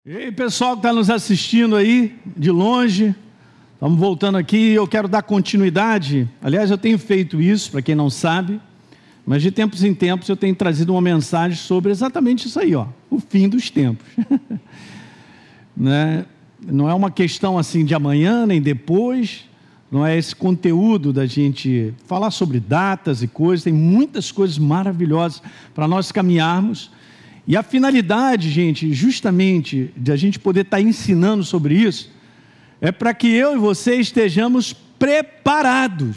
E aí, pessoal que está nos assistindo aí de longe, estamos voltando aqui. Eu quero dar continuidade. Aliás, eu tenho feito isso, para quem não sabe, mas de tempos em tempos eu tenho trazido uma mensagem sobre exatamente isso aí, ó, o fim dos tempos. Né? Não é uma questão assim de amanhã nem depois, não é esse conteúdo da gente falar sobre datas e coisas. Tem muitas coisas maravilhosas para nós caminharmos. E a finalidade, gente, justamente de a gente poder estar ensinando sobre isso, é para que eu e você estejamos preparados.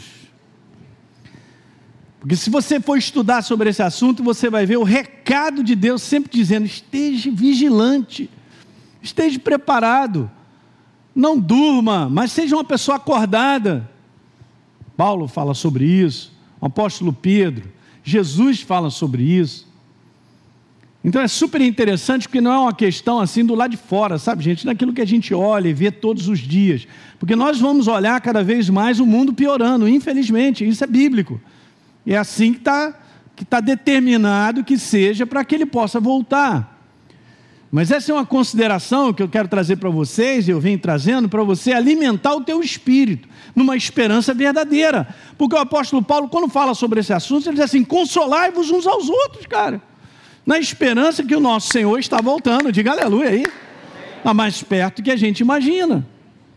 Porque se você for estudar sobre esse assunto, você vai ver o recado de Deus sempre dizendo: esteja vigilante, esteja preparado, não durma, mas seja uma pessoa acordada. Paulo fala sobre isso, o apóstolo Pedro, Jesus fala sobre isso. Então é super interessante, porque não é uma questão assim do lado de fora, sabe, gente? Daquilo que a gente olha e vê todos os dias. Porque nós vamos olhar cada vez mais o mundo piorando, infelizmente, isso é bíblico. E é assim que está determinado que seja para que ele possa voltar. Mas essa é uma consideração que eu quero trazer para vocês, e eu venho trazendo para você alimentar o teu espírito, numa esperança verdadeira. Porque o apóstolo Paulo, quando fala sobre esse assunto, ele diz assim: consolai-vos uns aos outros, cara. Na esperança que o nosso Senhor está voltando. Diga aleluia aí. Está mais perto do que a gente imagina.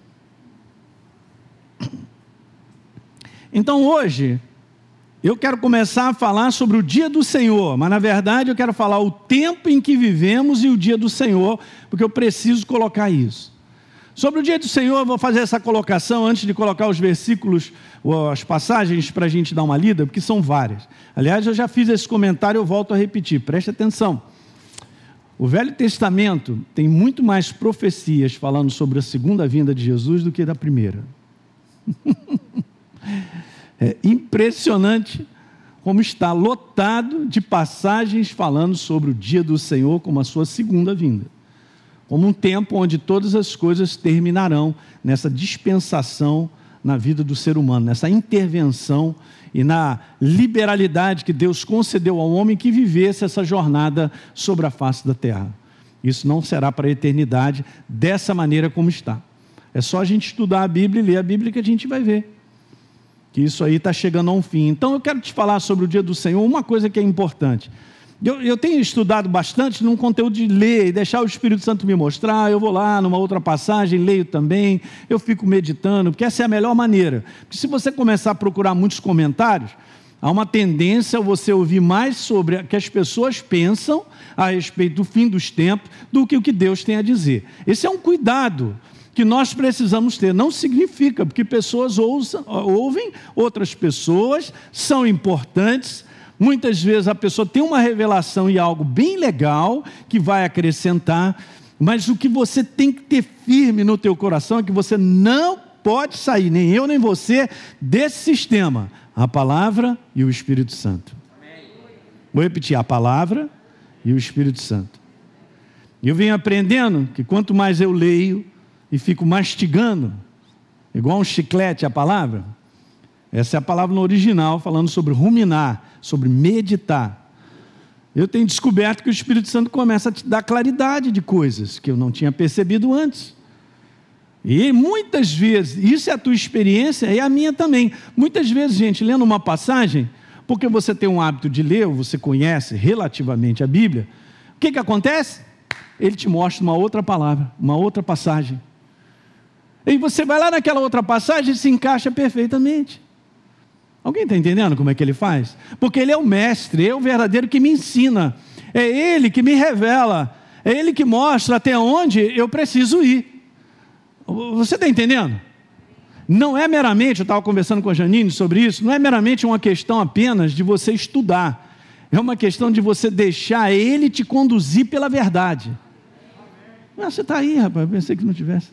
Então hoje, eu quero começar a falar sobre o dia do Senhor. Mas na verdade eu quero falar o tempo em que vivemos e o dia do Senhor, porque eu preciso colocar isso. Sobre o dia do Senhor, eu vou fazer essa colocação antes de colocar os versículos, as passagens para a gente dar uma lida, porque são várias. Aliás, eu já fiz esse comentário, eu volto a repetir, preste atenção. O Velho Testamento tem muito mais profecias falando sobre a segunda vinda de Jesus do que da primeira. É impressionante como está lotado de passagens falando sobre o dia do Senhor como a sua segunda vinda. Como um tempo onde todas as coisas terminarão nessa dispensação na vida do ser humano, nessa intervenção e na liberalidade que Deus concedeu ao homem que vivesse essa jornada sobre a face da terra. Isso não será para a eternidade dessa maneira como está. É só a gente estudar a Bíblia e ler a Bíblia que a gente vai ver que isso aí está chegando a um fim. Então eu quero te falar sobre o dia do Senhor, uma coisa que é importante. Eu tenho estudado bastante num conteúdo de ler e deixar o Espírito Santo me mostrar. Eu vou lá numa outra passagem, leio também, eu fico meditando, porque essa é a melhor maneira. Porque se você começar a procurar muitos comentários, há uma tendência a você ouvir mais sobre o que as pessoas pensam a respeito do fim dos tempos do que o que Deus tem a dizer. Esse é um cuidado que nós precisamos ter. Não significa, porque pessoas ouvem outras pessoas, são importantes. Muitas vezes a pessoa tem uma revelação e algo bem legal que vai acrescentar, mas o que você tem que ter firme no teu coração é que você não pode sair, nem eu nem você, desse sistema: a palavra e o Espírito Santo. Vou repetir: a palavra e o Espírito Santo. Eu venho aprendendo que quanto mais eu leio e fico mastigando, igual um chiclete a palavra, essa é a palavra no original, falando sobre ruminar, sobre meditar. Eu tenho descoberto que o Espírito Santo começa a te dar claridade de coisas que eu não tinha percebido antes. E muitas vezes, isso é a tua experiência e a minha também. Muitas vezes, gente, lendo uma passagem, porque você tem um hábito de ler, ou você conhece relativamente a Bíblia, o que acontece? Ele te mostra uma outra palavra, uma outra passagem. E você vai lá naquela outra passagem e se encaixa perfeitamente. Alguém está entendendo como é que ele faz? Porque ele é o mestre, é o verdadeiro que me ensina, é ele que me revela, é ele que mostra até onde eu preciso ir. Você está entendendo? Não é meramente, eu estava conversando com a Janine sobre isso, não é meramente uma questão apenas de você estudar, é uma questão de você deixar ele te conduzir pela verdade. Ah, você está aí, rapaz, eu pensei que não tivesse.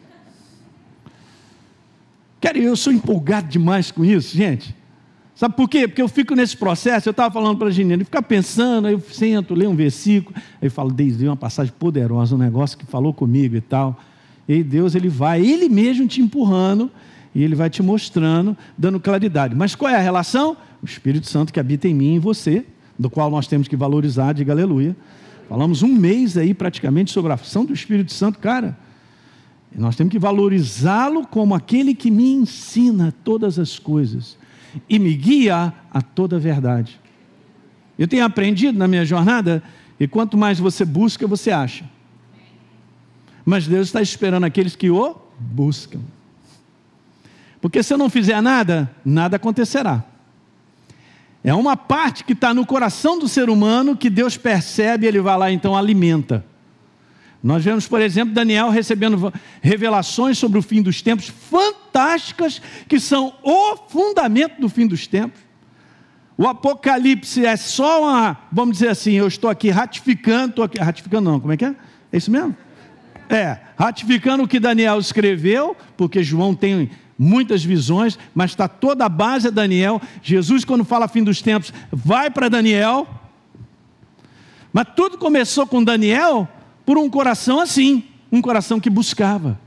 Cara, eu sou empolgado demais com isso, gente. Sabe por quê? Porque eu fico nesse processo. Eu estava falando para a Janine, ficar pensando, aí eu sento, leio um versículo, aí eu falo: Deus, deu uma passagem poderosa, um negócio que falou comigo e tal. E Deus, ele mesmo te empurrando, e ele vai te mostrando, dando claridade. Mas qual é a relação? O Espírito Santo que habita em mim e em você, do qual nós temos que valorizar, diga aleluia. Falamos um mês aí praticamente sobre a ação do Espírito Santo, cara. E nós temos que valorizá-lo como aquele que me ensina todas as coisas e me guia a toda a verdade. Eu tenho aprendido na minha jornada, e quanto mais você busca, você acha. Mas Deus está esperando aqueles que o buscam. Porque se eu não fizer nada, nada acontecerá. É uma parte que está no coração do ser humano que Deus percebe e Ele vai lá então alimenta. Nós vemos, por exemplo, Daniel recebendo revelações sobre o fim dos tempos fantásticas, que são o fundamento do fim dos tempos. O Apocalipse é só uma, vamos dizer assim, eu estou aqui ratificando não, como é que é? É isso mesmo? Ratificando o que Daniel escreveu, porque João tem muitas visões, mas está toda a base a Daniel. Jesus, quando fala fim dos tempos, vai para Daniel. Mas tudo começou com Daniel por um coração assim, um coração que buscava.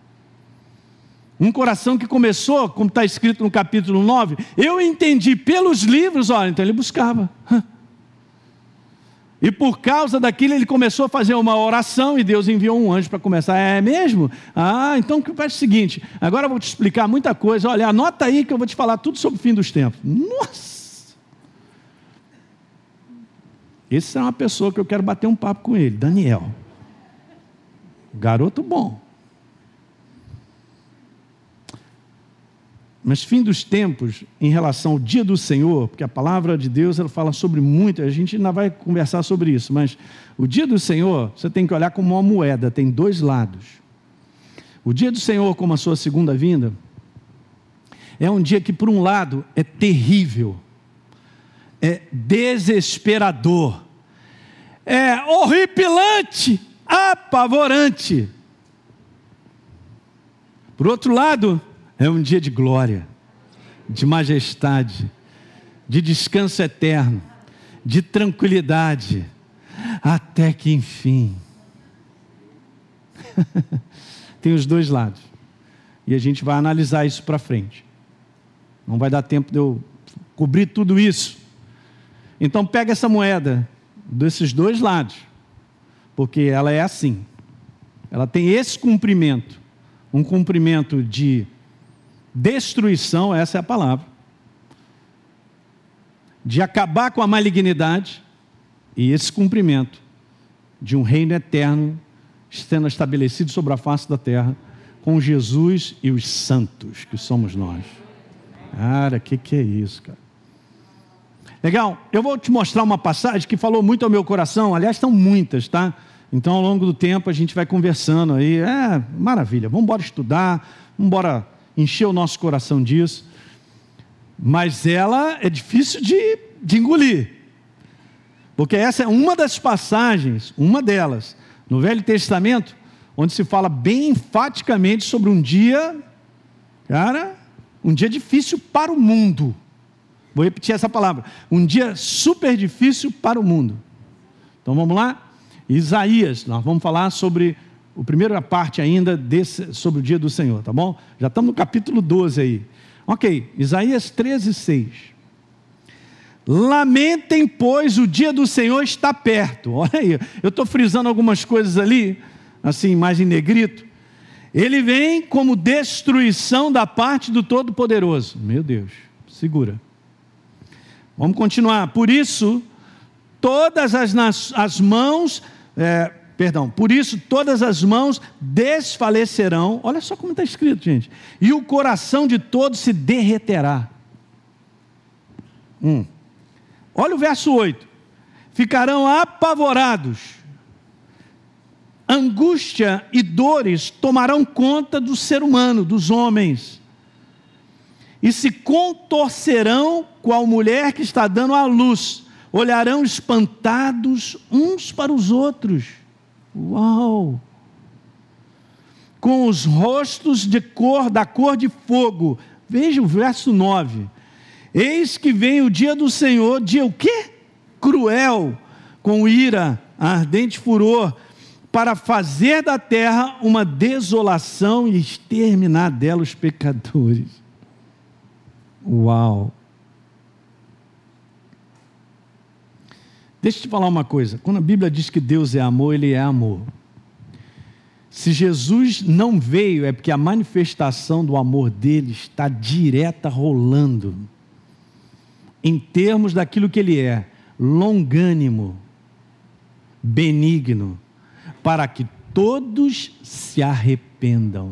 Um coração que começou, como está escrito no capítulo 9, eu entendi pelos livros, olha, então ele buscava. E por causa daquilo ele começou a fazer uma oração e Deus enviou um anjo para começar. É mesmo? Então faz o seguinte, agora eu vou te explicar muita coisa, olha, anota aí que eu vou te falar tudo sobre o fim dos tempos. Nossa! Essa é uma pessoa que eu quero bater um papo com ele, Daniel. Garoto bom. Mas fim dos tempos, em relação ao dia do Senhor, porque a palavra de Deus ela fala sobre muito, a gente ainda vai conversar sobre isso, mas o dia do Senhor, você tem que olhar como uma moeda, tem dois lados. O dia do Senhor, como a sua segunda vinda, é um dia que por um lado é terrível, é desesperador, é horripilante, apavorante. Por outro lado, é um dia de glória, de majestade, de descanso eterno, de tranquilidade, até que enfim. Tem os dois lados. E a gente vai analisar isso para frente. Não vai dar tempo de eu cobrir tudo isso. Então pega essa moeda desses dois lados, porque ela é assim. Ela tem esse cumprimento, um cumprimento de destruição, essa é a palavra, de acabar com a malignidade, e esse cumprimento de um reino eterno sendo estabelecido sobre a face da terra, com Jesus e os santos, que somos nós. Cara, que é isso, cara? Legal, eu vou te mostrar uma passagem que falou muito ao meu coração, aliás, são muitas, tá? Então, ao longo do tempo, a gente vai conversando aí, maravilha, vamos embora estudar, vamos embora encher o nosso coração disso, mas ela é difícil de engolir, porque essa é uma das passagens, uma delas, no Velho Testamento, onde se fala bem enfaticamente sobre um dia, cara, um dia difícil para o mundo. Vou repetir essa palavra, um dia super difícil para o mundo. Então vamos lá, Isaías, nós vamos falar sobre a primeira parte ainda sobre o dia do Senhor, tá bom? Já estamos no capítulo 12 aí. Ok, Isaías 13:6. Lamentem, pois o dia do Senhor está perto. Olha aí, eu estou frisando algumas coisas ali, assim, mais em negrito. Ele vem como destruição da parte do Todo-Poderoso. Meu Deus, segura. Vamos continuar. Por isso, todas as mãos... Por isso todas as mãos desfalecerão. Olha só como está escrito, gente. E o coração de todos se derreterá. Olha o verso 8. Ficarão apavorados. Angústia e dores tomarão conta do ser humano, dos homens. E se contorcerão qual mulher que está dando à luz. Olharão espantados uns para os outros. Uau! Com os rostos da cor de fogo. Veja o verso 9. Eis que vem o dia do Senhor, dia o quê? Cruel, com ira, ardente furor, para fazer da terra uma desolação e exterminar dela os pecadores. Uau! Deixa eu te falar uma coisa. Quando a Bíblia diz que Deus é amor, Ele é amor. Se Jesus não veio, é porque a manifestação do amor dele está direta, rolando. Em termos daquilo que Ele é, longânimo, benigno, para que todos se arrependam.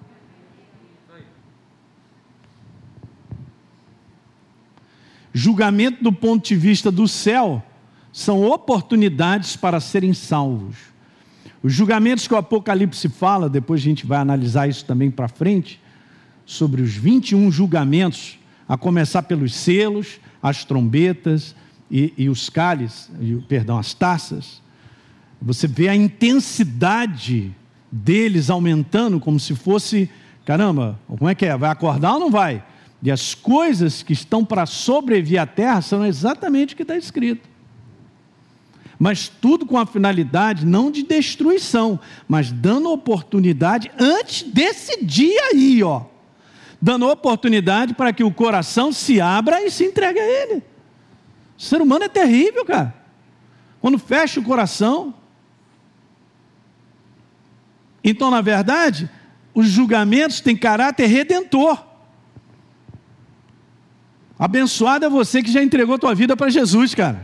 Julgamento do ponto de vista do céu são oportunidades para serem salvos. Os julgamentos que o Apocalipse fala, depois a gente vai analisar isso também para frente, sobre os 21 julgamentos, a começar pelos selos, as trombetas e os cálices, as taças. Você vê a intensidade deles aumentando como se fosse, caramba, como é que é? Vai acordar ou não vai? E as coisas que estão para sobreviver à terra são exatamente o que está escrito. Mas tudo com a finalidade não de destruição, mas dando oportunidade antes desse dia aí, ó. Dando oportunidade para que o coração se abra e se entregue a Ele. O ser humano é terrível, cara. Quando fecha o coração. Então, na verdade, os julgamentos têm caráter redentor. Abençoado é você que já entregou a tua vida para Jesus, cara.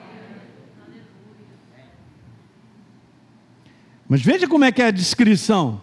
Mas veja como é que é a descrição.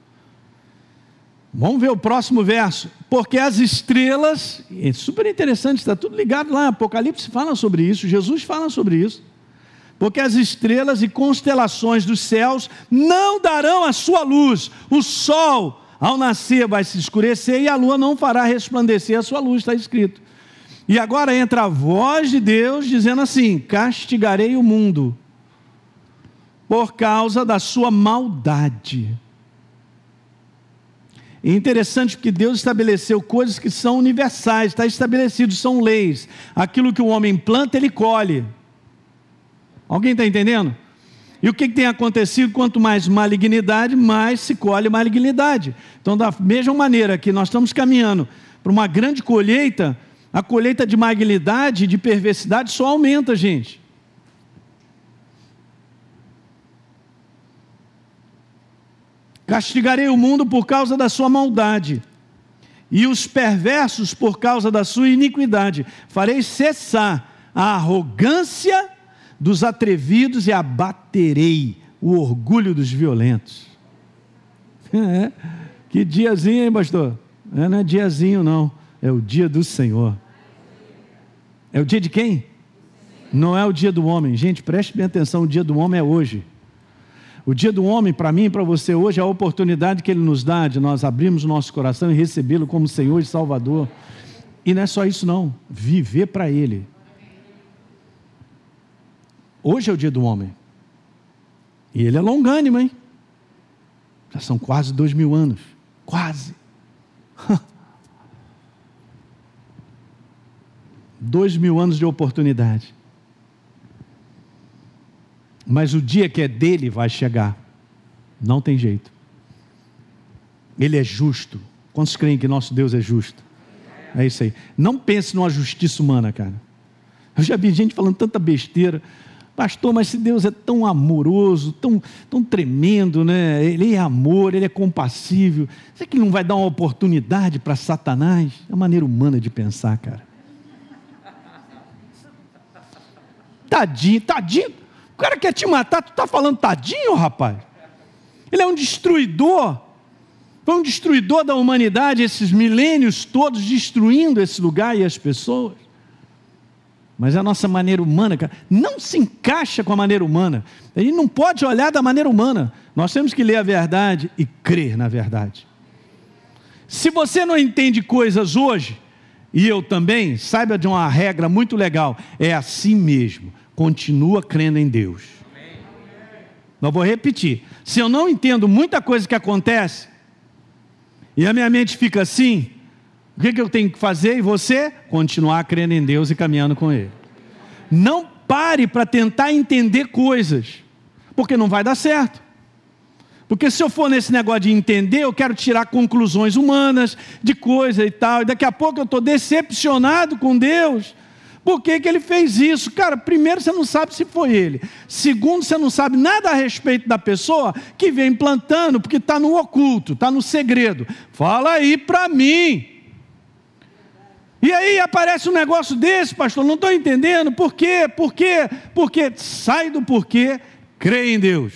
Vamos ver o próximo verso. Porque as estrelas, é super interessante, está tudo ligado lá, Apocalipse fala sobre isso, Jesus fala sobre isso. Porque as estrelas e constelações dos céus não darão a sua luz. O sol, ao nascer, vai se escurecer e a lua não fará resplandecer a sua luz, está escrito. E agora entra a voz de Deus dizendo assim: castigarei o mundo por causa da sua maldade. É interessante porque Deus estabeleceu coisas que são universais, está estabelecido, são leis. Aquilo que o homem planta, ele colhe. Alguém está entendendo? E o que tem acontecido? Quanto mais malignidade, mais se colhe malignidade. Então, da mesma maneira que nós estamos caminhando para uma grande colheita, a colheita de malignidade e de perversidade só aumenta, gente. Castigarei o mundo por causa da sua maldade, e os perversos por causa da sua iniquidade. Farei cessar a arrogância dos atrevidos e abaterei o orgulho dos violentos. Que diazinho, hein, pastor? Não é diazinho, não. É o dia do Senhor. É o dia de quem? Não é o dia do homem. Gente, preste bem atenção, o dia do homem é hoje. O dia do homem, para mim e para você hoje, é a oportunidade que Ele nos dá de nós abrirmos o nosso coração e recebê-lo como Senhor e Salvador. E não é só isso não, viver para Ele. Hoje é o dia do homem. E Ele é longânimo, hein? Já são quase 2000 anos. Quase. 2000 anos de oportunidade. Mas o dia que é dele vai chegar. Não tem jeito. Ele é justo. Quantos creem que nosso Deus é justo? É isso aí. Não pense numa justiça humana, cara. Eu já vi gente falando tanta besteira. Pastor, mas se Deus é tão amoroso, tão tremendo, né? Ele é amor, Ele é compassível. Será que Ele não vai dar uma oportunidade para Satanás? É a maneira humana de pensar, cara. Tadinho. O cara quer te matar, tu está falando tadinho, rapaz? Ele é um destruidor. Foi um destruidor da humanidade, esses milênios todos, destruindo esse lugar e as pessoas. Mas a nossa maneira humana, cara, não se encaixa com a maneira humana. A gente não pode olhar da maneira humana. Nós temos que ler a verdade e crer na verdade. Se você não entende coisas hoje, e eu também, saiba de uma regra muito legal: é assim mesmo. Continua crendo em Deus. Não vou repetir. Se eu não entendo muita coisa que acontece, e a minha mente fica assim, o que eu tenho que fazer? E você? Continuar crendo em Deus e caminhando com Ele. Não pare para tentar entender coisas, porque não vai dar certo. Porque se eu for nesse negócio de entender, eu quero tirar conclusões humanas de coisa e tal, e daqui a pouco eu estou decepcionado com Deus, Por que que ele fez isso? Cara, primeiro, você não sabe se foi ele. Segundo, você não sabe nada a respeito da pessoa que vem plantando, porque está no oculto, está no segredo. Fala aí para mim. E aí aparece um negócio desse, pastor, não estou entendendo. Por quê? Por quê? Porque sai do porquê, crê em Deus.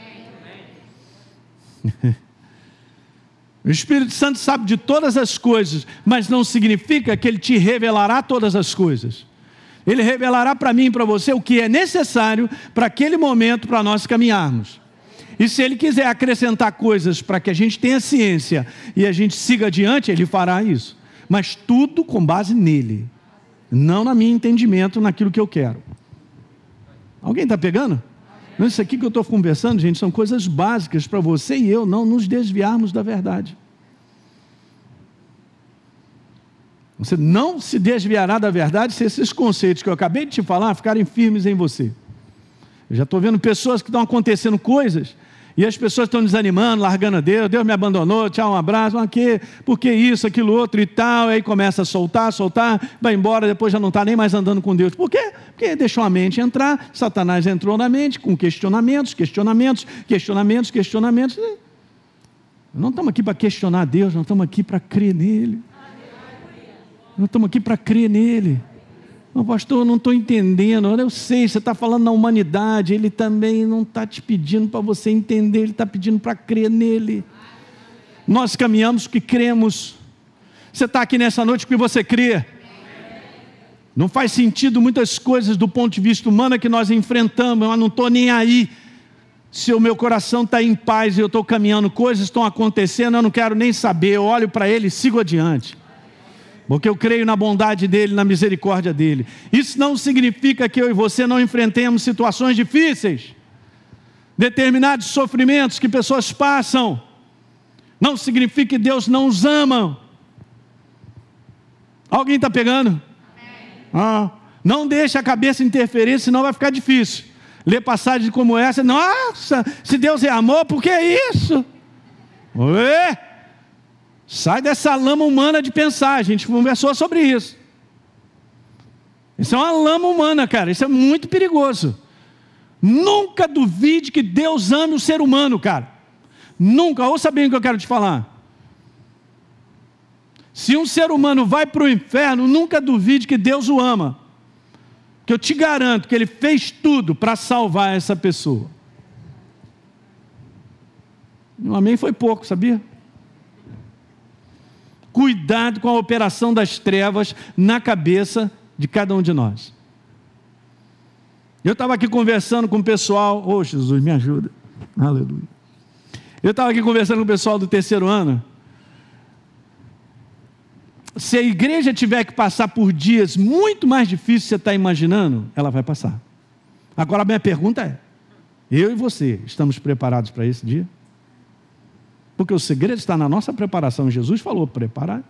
O Espírito Santo sabe de todas as coisas, mas não significa que Ele te revelará todas as coisas. Ele revelará para mim e para você o que é necessário para aquele momento, para nós caminharmos. E se Ele quiser acrescentar coisas para que a gente tenha ciência e a gente siga adiante, Ele fará isso. Mas tudo com base nele, não no meu entendimento, naquilo que eu quero. Alguém está pegando? Isso aqui que eu estou conversando, gente, são coisas básicas para você e eu não nos desviarmos da verdade. Você não se desviará da verdade se esses conceitos que eu acabei de te falar ficarem firmes em você. Eu já estou vendo pessoas que estão acontecendo coisas e as pessoas estão desanimando, largando a Deus. Deus me abandonou, tchau, um abraço, por que isso, aquilo, outro e tal. Aí começa a soltar, vai embora, depois já não está nem mais andando com Deus. Por quê? Porque deixou a mente entrar, Satanás entrou na mente com questionamentos. Não estamos aqui para questionar Deus, nós estamos aqui para crer nele. Nós estamos aqui para crer nele. Não, pastor, eu não estou entendendo. Eu sei, você está falando na humanidade. Ele também não está te pedindo para você entender. Ele está pedindo para crer nele. Nós caminhamos porque cremos. Você está aqui nessa noite porque você crê. Não faz sentido muitas coisas do ponto de vista humano que nós enfrentamos. Eu não estou nem aí. Se o meu coração está em paz e eu estou caminhando, coisas estão acontecendo, eu não quero nem saber. Eu olho para ele e sigo adiante. Porque eu creio na bondade dele, na misericórdia dele. Isso não significa que eu e você não enfrentemos situações difíceis, determinados sofrimentos que pessoas passam. Não significa que Deus não os ama. Alguém está pegando? Não deixe a cabeça interferir, senão vai ficar difícil. Ler passagem como essa, nossa, se Deus é amor, por que isso? Ué? Sai dessa lama humana de pensar, a gente conversou sobre isso. Isso é uma lama humana, cara, isso é muito perigoso. Nunca duvide que Deus ame o ser humano, cara. Nunca, ouça bem o que eu quero te falar. Se um ser humano vai para o inferno, nunca duvide que Deus o ama. Que eu te garanto que Ele fez tudo para salvar essa pessoa. Um amém foi pouco, sabia? Cuidado com a operação das trevas na cabeça de cada um de nós. Eu estava aqui conversando com o pessoal, oh Jesus, me ajuda, aleluia. Eu estava aqui conversando com o pessoal do 3º ano. Se a igreja tiver que passar por dias muito mais difíceis que você está imaginando, ela vai passar. Agora a minha pergunta é, eu e você, estamos preparados para esse dia? Porque o segredo está na nossa preparação. Jesus falou, preparar.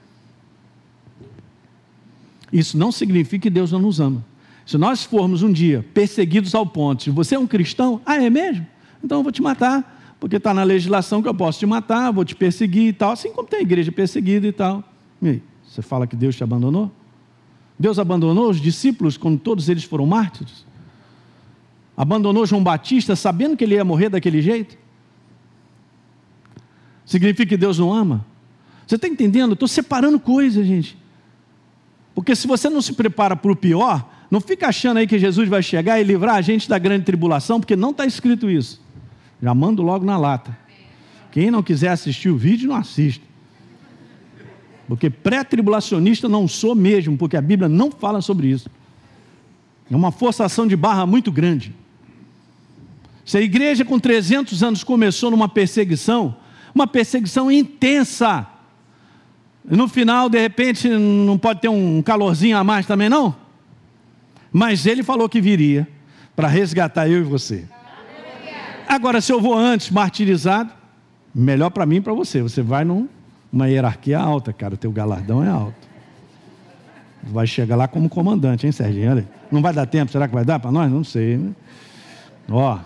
Isso não significa que Deus não nos ama. Se nós formos um dia perseguidos ao ponto de você é um cristão, é mesmo? Então eu vou te matar, porque está na legislação que eu posso te matar, vou te perseguir e tal, assim como tem a igreja perseguida e tal. E aí, você fala que Deus te abandonou? Deus abandonou os discípulos quando todos eles foram mártires? Abandonou João Batista sabendo que ele ia morrer daquele jeito? Significa que Deus não ama? Você está entendendo? Eu estou separando coisas, gente. Porque se você não se prepara para o pior, não fica achando aí que Jesus vai chegar e livrar a gente da grande tribulação, porque não está escrito isso. Já mando logo na lata. Quem não quiser assistir o vídeo, não assista. Porque pré-tribulacionista não sou mesmo, porque a Bíblia não fala sobre isso. É uma forçação de barra muito grande. Se a igreja com 300 anos começou numa perseguição, uma perseguição intensa, e no final, de repente, não pode ter um calorzinho a mais também, não? Mas ele falou que viria para resgatar eu e você. Agora, se eu vou antes, martirizado, melhor para mim e para você. Você vai numa hierarquia alta, cara, o teu galardão é alto. Vai chegar lá como comandante, hein, Serginho? Olha, não vai dar tempo, será que vai dar para nós? Não sei, né? Ó.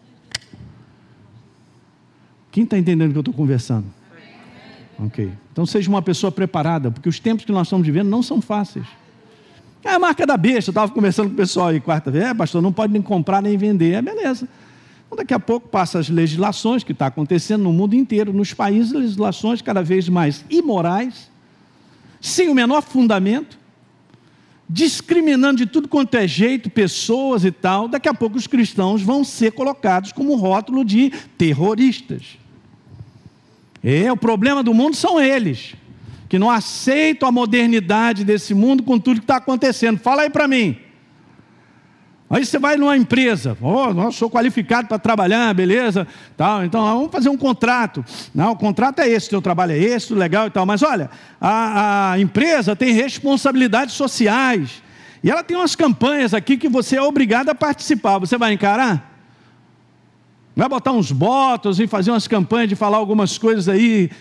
Quem está entendendo o que eu estou conversando? Ok. Então seja uma pessoa preparada, porque os tempos que nós estamos vivendo não são fáceis. É a marca da besta. Eu estava conversando com o pessoal aí quarta-feira. Pastor, não pode nem comprar nem vender. Beleza. Então, daqui a pouco passa as legislações que está acontecendo no mundo inteiro, nos países, legislações cada vez mais imorais, sem o menor fundamento, discriminando de tudo quanto é jeito, pessoas e tal. Daqui a pouco os cristãos vão ser colocados como rótulo de terroristas. O problema do mundo são eles, que não aceitam a modernidade desse mundo com tudo que está acontecendo. Fala aí para mim. Aí você vai numa empresa, eu sou qualificado para trabalhar, beleza, tal, então vamos fazer um contrato. Não, o contrato é esse, o teu trabalho é esse, legal e tal, mas olha, a empresa tem responsabilidades sociais, e ela tem umas campanhas aqui que você é obrigado a participar. Você vai encarar? Vai botar uns botos e fazer umas campanhas de falar algumas coisas aí,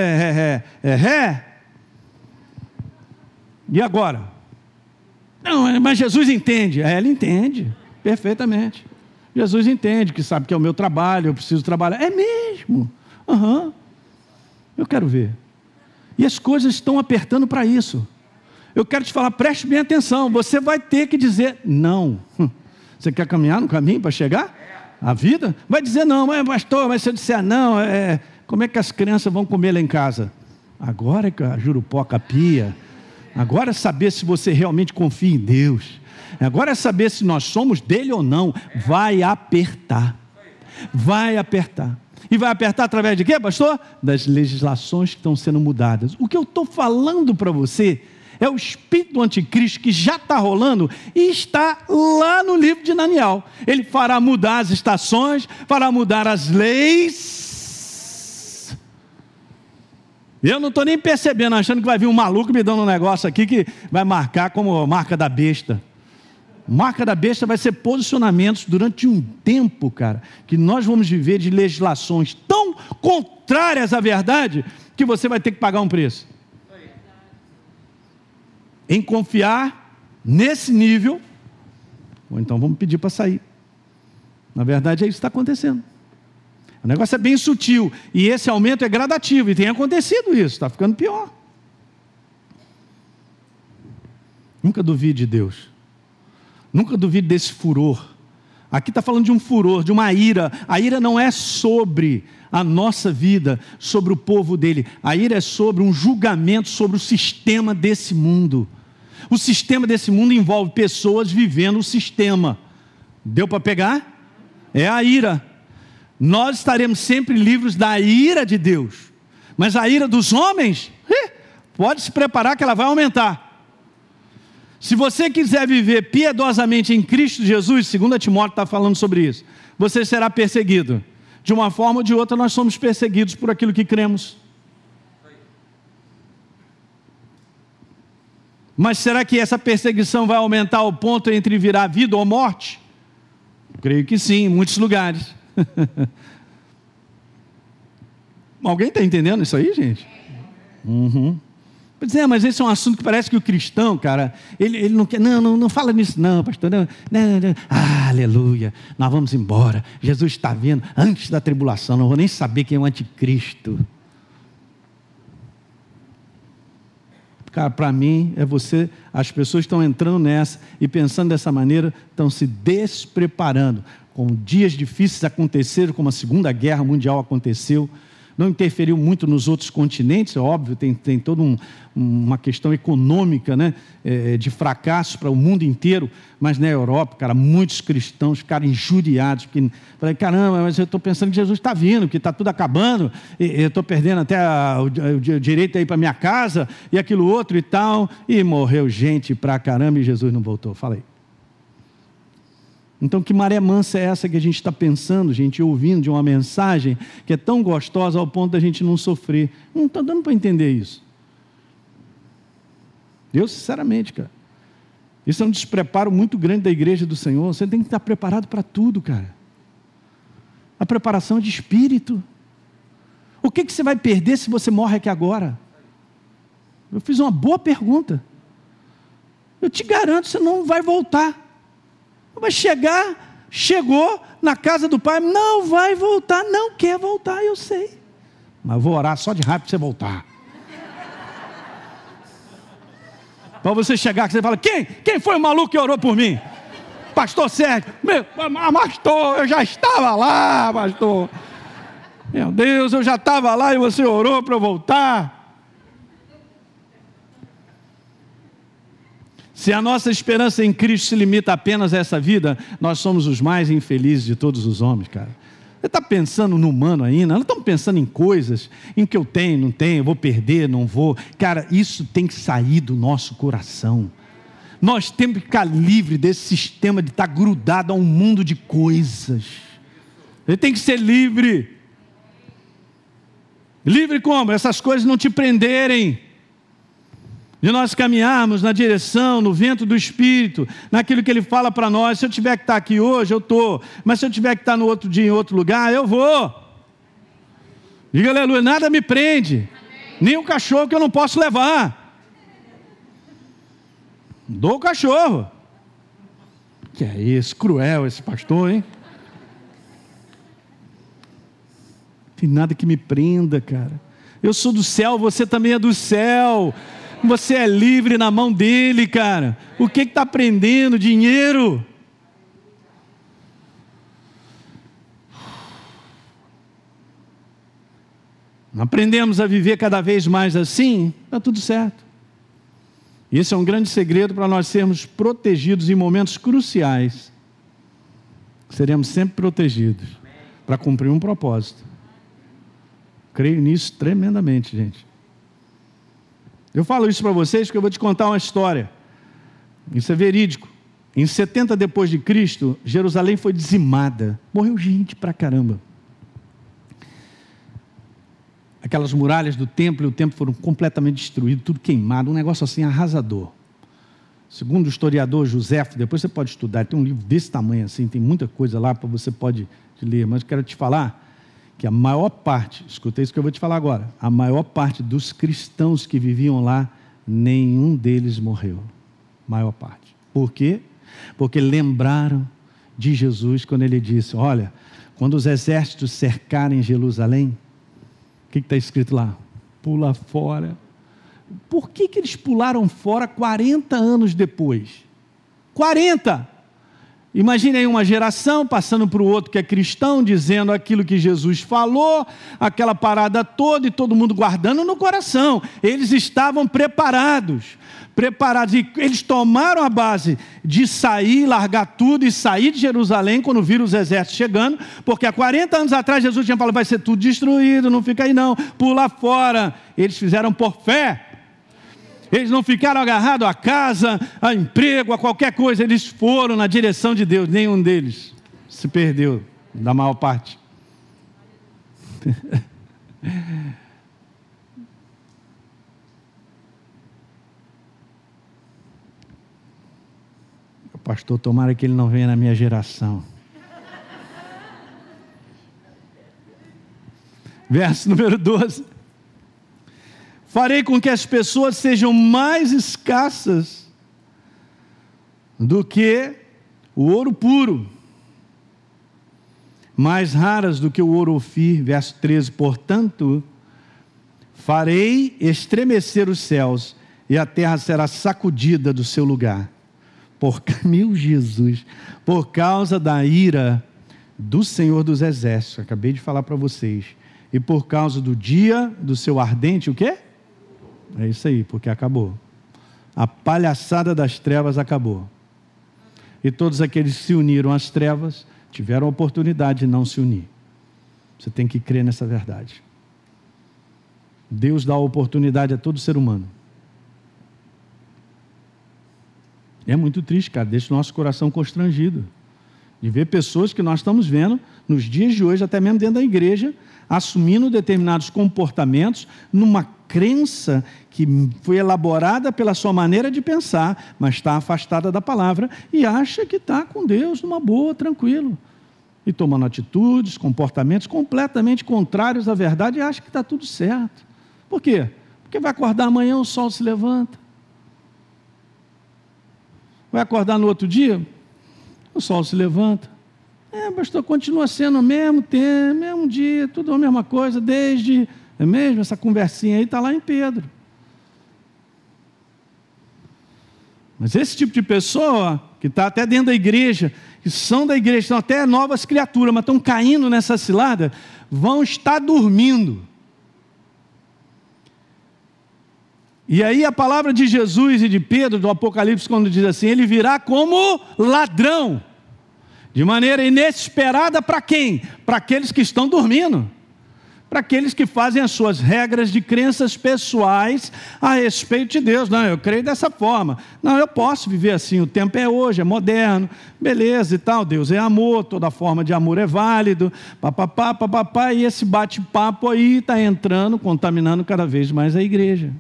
E agora? Não, mas Jesus entende. Ele entende, perfeitamente. Jesus entende, que sabe que é o meu trabalho, eu preciso trabalhar. É mesmo? Eu quero ver. E as coisas estão apertando para isso. Eu quero te falar, preste bem atenção, você vai ter que dizer não. Você quer caminhar no caminho para chegar à vida? Vai dizer não, mas pastor, mas se eu disser não, como é que as crianças vão comer lá em casa? Agora é que a jurupoca pia. Agora é saber se você realmente confia em Deus. Agora é saber se nós somos dele ou não. Vai apertar. Vai apertar. E vai apertar através de quê, pastor? Das legislações que estão sendo mudadas. O que eu estou falando para você é o espírito do anticristo que já está rolando e está lá no livro de Daniel. Ele fará mudar as estações, fará mudar as leis. Eu não estou nem percebendo, achando que vai vir um maluco me dando um negócio aqui que vai marcar como marca da besta. Marca da besta vai ser posicionamentos durante um tempo, cara, que nós vamos viver de legislações tão contrárias à verdade que você vai ter que pagar um preço. Em confiar nesse nível, ou então vamos pedir para sair. Na verdade é isso que está acontecendo. O negócio é bem sutil, e esse aumento é gradativo, e tem acontecido isso, está ficando pior. Nunca duvide de Deus, nunca duvide desse furor. Aqui está falando de um furor, de uma ira. A ira não é sobre a nossa vida, sobre o povo dele. A ira é sobre um julgamento sobre o sistema desse mundo. O sistema desse mundo envolve pessoas vivendo o sistema. Deu para pegar? É a ira. Nós estaremos sempre livres da ira de Deus, mas a ira dos homens, pode se preparar que ela vai aumentar. Se você quiser viver piedosamente em Cristo Jesus, 2 Timóteo está falando sobre isso, você será perseguido. De uma forma ou de outra nós somos perseguidos por aquilo que cremos. Mas será que essa perseguição vai aumentar ao ponto entre virar vida ou morte? Creio que sim, em muitos lugares. Alguém está entendendo isso aí, gente? Pois é, mas esse é um assunto que parece que o cristão, cara, ele não quer, não fala nisso não, pastor, não. Aleluia, nós vamos embora, Jesus está vindo antes da tribulação, não vou nem saber quem é o anticristo. Cara, para mim, as pessoas estão entrando nessa e pensando dessa maneira, estão se despreparando. Com dias difíceis aconteceram, como a Segunda Guerra Mundial aconteceu, não interferiu muito nos outros continentes, é óbvio, tem toda uma questão econômica, né, de fracasso para o mundo inteiro, mas na Europa, cara, muitos cristãos ficaram injuriados, porque falei, caramba, mas eu estou pensando que Jesus está vindo, que está tudo acabando, eu estou perdendo até o direito aí para minha casa, e aquilo outro e tal, e morreu gente pra caramba e Jesus não voltou. Fala aí. Então, que maré mansa é essa que a gente está pensando, gente, ouvindo de uma mensagem que é tão gostosa ao ponto da gente não sofrer? Não está dando para entender isso. Eu, sinceramente, cara, isso é um despreparo muito grande da igreja do Senhor. Você tem que estar preparado para tudo, cara. A preparação é de espírito. O que você vai perder se você morre aqui agora? Eu fiz uma boa pergunta. Eu te garanto, você não vai voltar. Vai chegar, chegou na casa do pai, não vai voltar, não quer voltar, eu sei. Mas vou orar só de raiva para você voltar. Para você chegar aqui, você fala, quem foi o maluco que orou por mim? Pastor Sérgio. Pastor, eu já estava lá, pastor. Meu Deus, eu já estava lá e você orou para eu voltar. Se a nossa esperança em Cristo se limita apenas a essa vida, nós somos os mais infelizes de todos os homens, cara. Você está pensando no humano ainda? Nós estamos pensando em coisas, em que eu tenho, não tenho, vou perder, não vou. Cara, isso tem que sair do nosso coração. Nós temos que ficar livre desse sistema de estar grudado a um mundo de coisas. Ele tem que ser livre. Livre como? Essas coisas não te prenderem. De nós caminharmos na direção, no vento do Espírito, naquilo que Ele fala para nós. Se eu tiver que estar aqui hoje, eu estou. Mas se eu tiver que estar no outro dia, em outro lugar, eu vou. Diga aleluia, nada me prende. Nem o cachorro que eu não posso levar. Dou o cachorro. Que é isso, cruel esse pastor, hein? Não tem nada que me prenda, cara. Eu sou do céu, você também é do céu. Você é livre na mão dele, cara. O que está prendendo? Dinheiro. Aprendemos a viver cada vez mais assim, está tudo certo. E esse é um grande segredo para nós sermos protegidos em momentos cruciais. Seremos sempre protegidos para cumprir um propósito. Creio nisso tremendamente, gente. Eu falo isso para vocês porque eu vou te contar uma história. Isso é verídico. Em 70 depois de Cristo, Jerusalém foi dizimada. Morreu gente pra caramba. Aquelas muralhas do templo e o templo foram completamente destruídos, tudo queimado, um negócio assim arrasador. Segundo o historiador Joséfo, depois você pode estudar, tem um livro desse tamanho assim, tem muita coisa lá para você pode ler, mas eu quero te falar que a maior parte, escuta isso que eu vou te falar agora, a maior parte dos cristãos que viviam lá, nenhum deles morreu. Maior parte. Por quê? Porque lembraram de Jesus quando ele disse, olha, quando os exércitos cercarem Jerusalém, o que está escrito lá? Pula fora. Por que eles pularam fora 40 anos depois? 40! Imagine aí uma geração passando para o outro que é cristão, dizendo aquilo que Jesus falou, aquela parada toda e todo mundo guardando no coração. Eles estavam preparados, e eles tomaram a base de sair, largar tudo e sair de Jerusalém quando viram os exércitos chegando, porque há 40 anos atrás Jesus tinha falado, vai ser tudo destruído, não fica aí não, pula fora. Eles fizeram por fé. Eles não ficaram agarrados à casa, a emprego, a qualquer coisa. Eles foram na direção de Deus. Nenhum deles se perdeu, da maior parte. Pastor, tomara que ele não venha na minha geração. Verso número 12. Farei com que as pessoas sejam mais escassas do que o ouro puro, mais raras do que o ouro Ofir. Verso 13, portanto, farei estremecer os céus e a terra será sacudida do seu lugar. Meu Jesus, por causa da ira do Senhor dos Exércitos, acabei de falar para vocês, e por causa do dia do seu ardente, o quê? É isso aí, porque acabou. A palhaçada das trevas acabou. E todos aqueles que se uniram às trevas tiveram a oportunidade de não se unir. Você tem que crer nessa verdade. Deus dá a oportunidade a todo ser humano. É muito triste, cara, deixa o nosso coração constrangido de ver pessoas que nós estamos vendo nos dias de hoje, até mesmo dentro da igreja, assumindo determinados comportamentos numa crença que foi elaborada pela sua maneira de pensar, mas está afastada da palavra e acha que está com Deus numa boa, tranquilo. E tomando atitudes, comportamentos completamente contrários à verdade e acha que está tudo certo. Por quê? Porque vai acordar amanhã, o sol se levanta. Vai acordar no outro dia, o sol se levanta. Pastor, continua sendo o mesmo tempo, mesmo dia, tudo a mesma coisa, desde, é mesmo? Essa conversinha aí está lá em Pedro. Mas esse tipo de pessoa, que está até dentro da igreja, que são da igreja, são até novas criaturas, mas estão caindo nessa cilada, vão estar dormindo. E aí a palavra de Jesus e de Pedro, do Apocalipse, quando diz assim, ele virá como ladrão, de maneira inesperada para quem? Para aqueles que estão dormindo, para aqueles que fazem as suas regras de crenças pessoais a respeito de Deus. Não, eu creio dessa forma, não, eu posso viver assim, o tempo é hoje, é moderno, beleza e tal, Deus é amor, toda forma de amor é válido, papapá, papapá, e esse bate-papo aí está entrando, contaminando cada vez mais a igreja.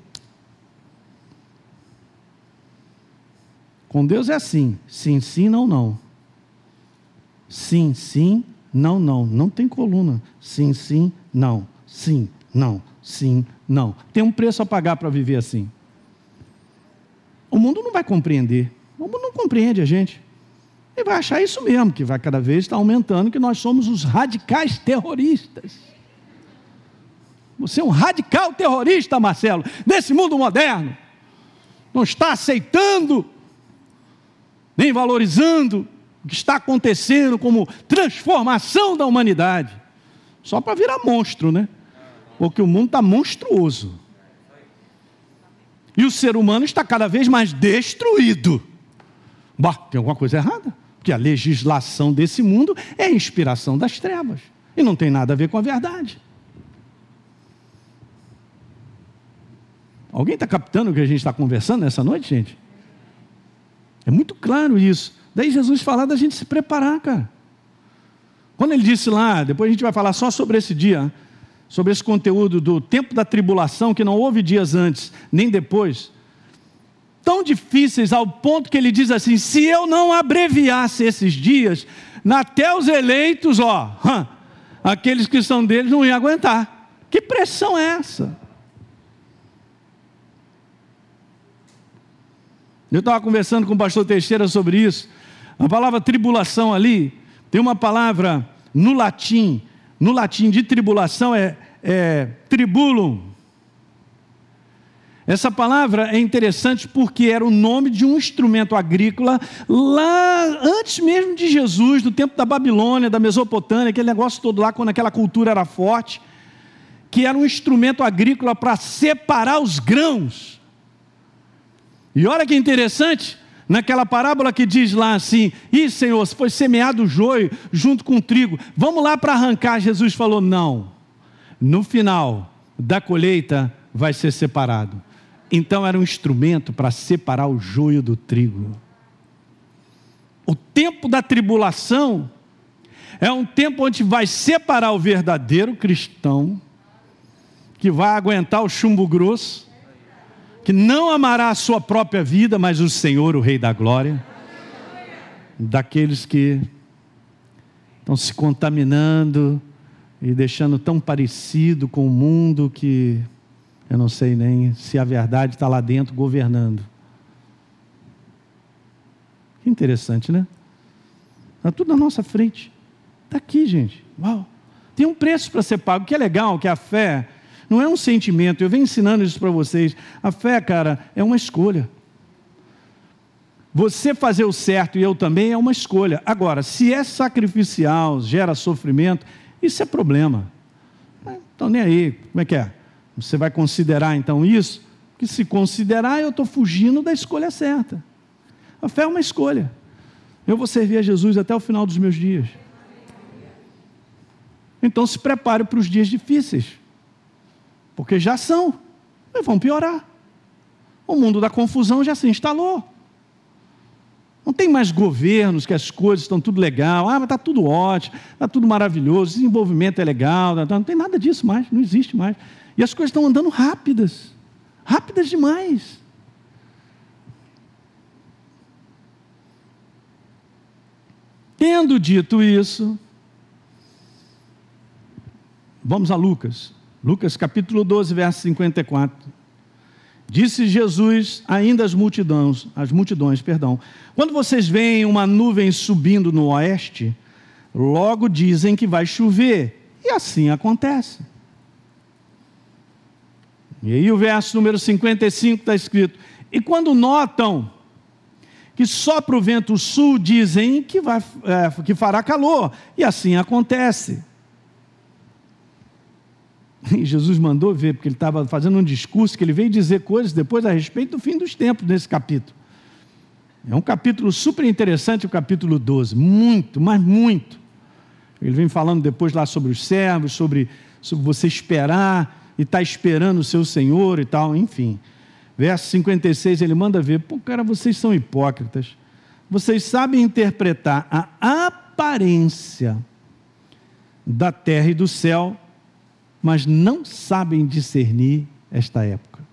Com Deus é assim, sim, sim, não, não. Sim, sim, não, não. Não tem coluna. Sim, sim, não. Sim, não. Sim, não. Tem um preço a pagar para viver assim. O mundo não vai compreender. O mundo não compreende a gente. Ele vai achar isso mesmo, que vai cada vez estar aumentando, que nós somos os radicais terroristas. Você é um radical terrorista, Marcelo, desse mundo moderno. Não está aceitando, nem valorizando o que está acontecendo como transformação da humanidade. Só para virar monstro, né? Porque o mundo está monstruoso. E o ser humano está cada vez mais destruído. Bah, tem alguma coisa errada. Porque a legislação desse mundo é a inspiração das trevas. E não tem nada a ver com a verdade. Alguém está captando o que a gente está conversando nessa noite, gente? É muito claro isso. Daí Jesus fala da gente se preparar, cara. Quando ele disse lá, depois a gente vai falar só sobre esse dia, sobre esse conteúdo do tempo da tribulação, que não houve dias antes, nem depois, tão difíceis ao ponto que ele diz assim, se eu não abreviasse esses dias, até os eleitos, aqueles que são deles não iam aguentar. Que pressão é essa? Eu estava conversando com o pastor Teixeira sobre isso. A palavra tribulação ali, tem uma palavra no latim de tribulação é tribulum. Essa palavra é interessante porque era o nome de um instrumento agrícola lá antes mesmo de Jesus, do tempo da Babilônia, da Mesopotâmia, aquele negócio todo lá, quando aquela cultura era forte, que era um instrumento agrícola para separar os grãos. E olha que interessante, naquela parábola que diz lá assim, Senhor, foi semeado o joio junto com o trigo, vamos lá para arrancar. Jesus falou, não, no final da colheita vai ser separado. Então era um instrumento para separar o joio do trigo. O tempo da tribulação é um tempo onde vai separar o verdadeiro cristão, que vai aguentar o chumbo grosso, que não amará a sua própria vida, mas o Senhor, o Rei da Glória, daqueles que estão se contaminando e deixando tão parecido com o mundo que eu não sei nem se a verdade está lá dentro governando. Que interessante, né? Está tudo na nossa frente. Está aqui, gente. Uau! Tem um preço para ser pago. O que é legal, que a fé não é um sentimento. Eu venho ensinando isso para vocês. A fé, cara, é uma escolha. Você fazer o certo e eu também é uma escolha. Agora, se é sacrificial, gera sofrimento, isso é problema. Então, nem aí. Como é que é? Você vai considerar, então, isso? Porque se considerar, eu estou fugindo da escolha certa. A fé é uma escolha. Eu vou servir a Jesus até o final dos meus dias. Então, se prepare para os dias difíceis. Porque já são, e vão piorar. O mundo da confusão já se instalou. Não tem mais governos que as coisas estão tudo legal, mas está tudo ótimo, está tudo maravilhoso, desenvolvimento é legal, não tem nada disso mais, não existe mais. E as coisas estão andando rápidas, rápidas demais. Tendo dito isso, vamos a Lucas. Lucas capítulo 12, verso 54. Disse Jesus ainda às multidões, quando vocês veem uma nuvem subindo no oeste, logo dizem que vai chover, e assim acontece. E aí o verso número 55 está escrito, e quando notam que sopra o vento sul, dizem que fará calor, e assim acontece. E Jesus mandou ver, porque ele estava fazendo um discurso, que ele veio dizer coisas depois a respeito do fim dos tempos nesse capítulo. É um capítulo super interessante, o capítulo 12, muito, mas muito. Ele vem falando depois lá sobre os servos, sobre você esperar, e estar esperando o seu Senhor e tal, enfim. Verso 56, ele manda ver, pô, cara, vocês são hipócritas. Vocês sabem interpretar a aparência da terra e do céu, mas não sabem discernir esta época.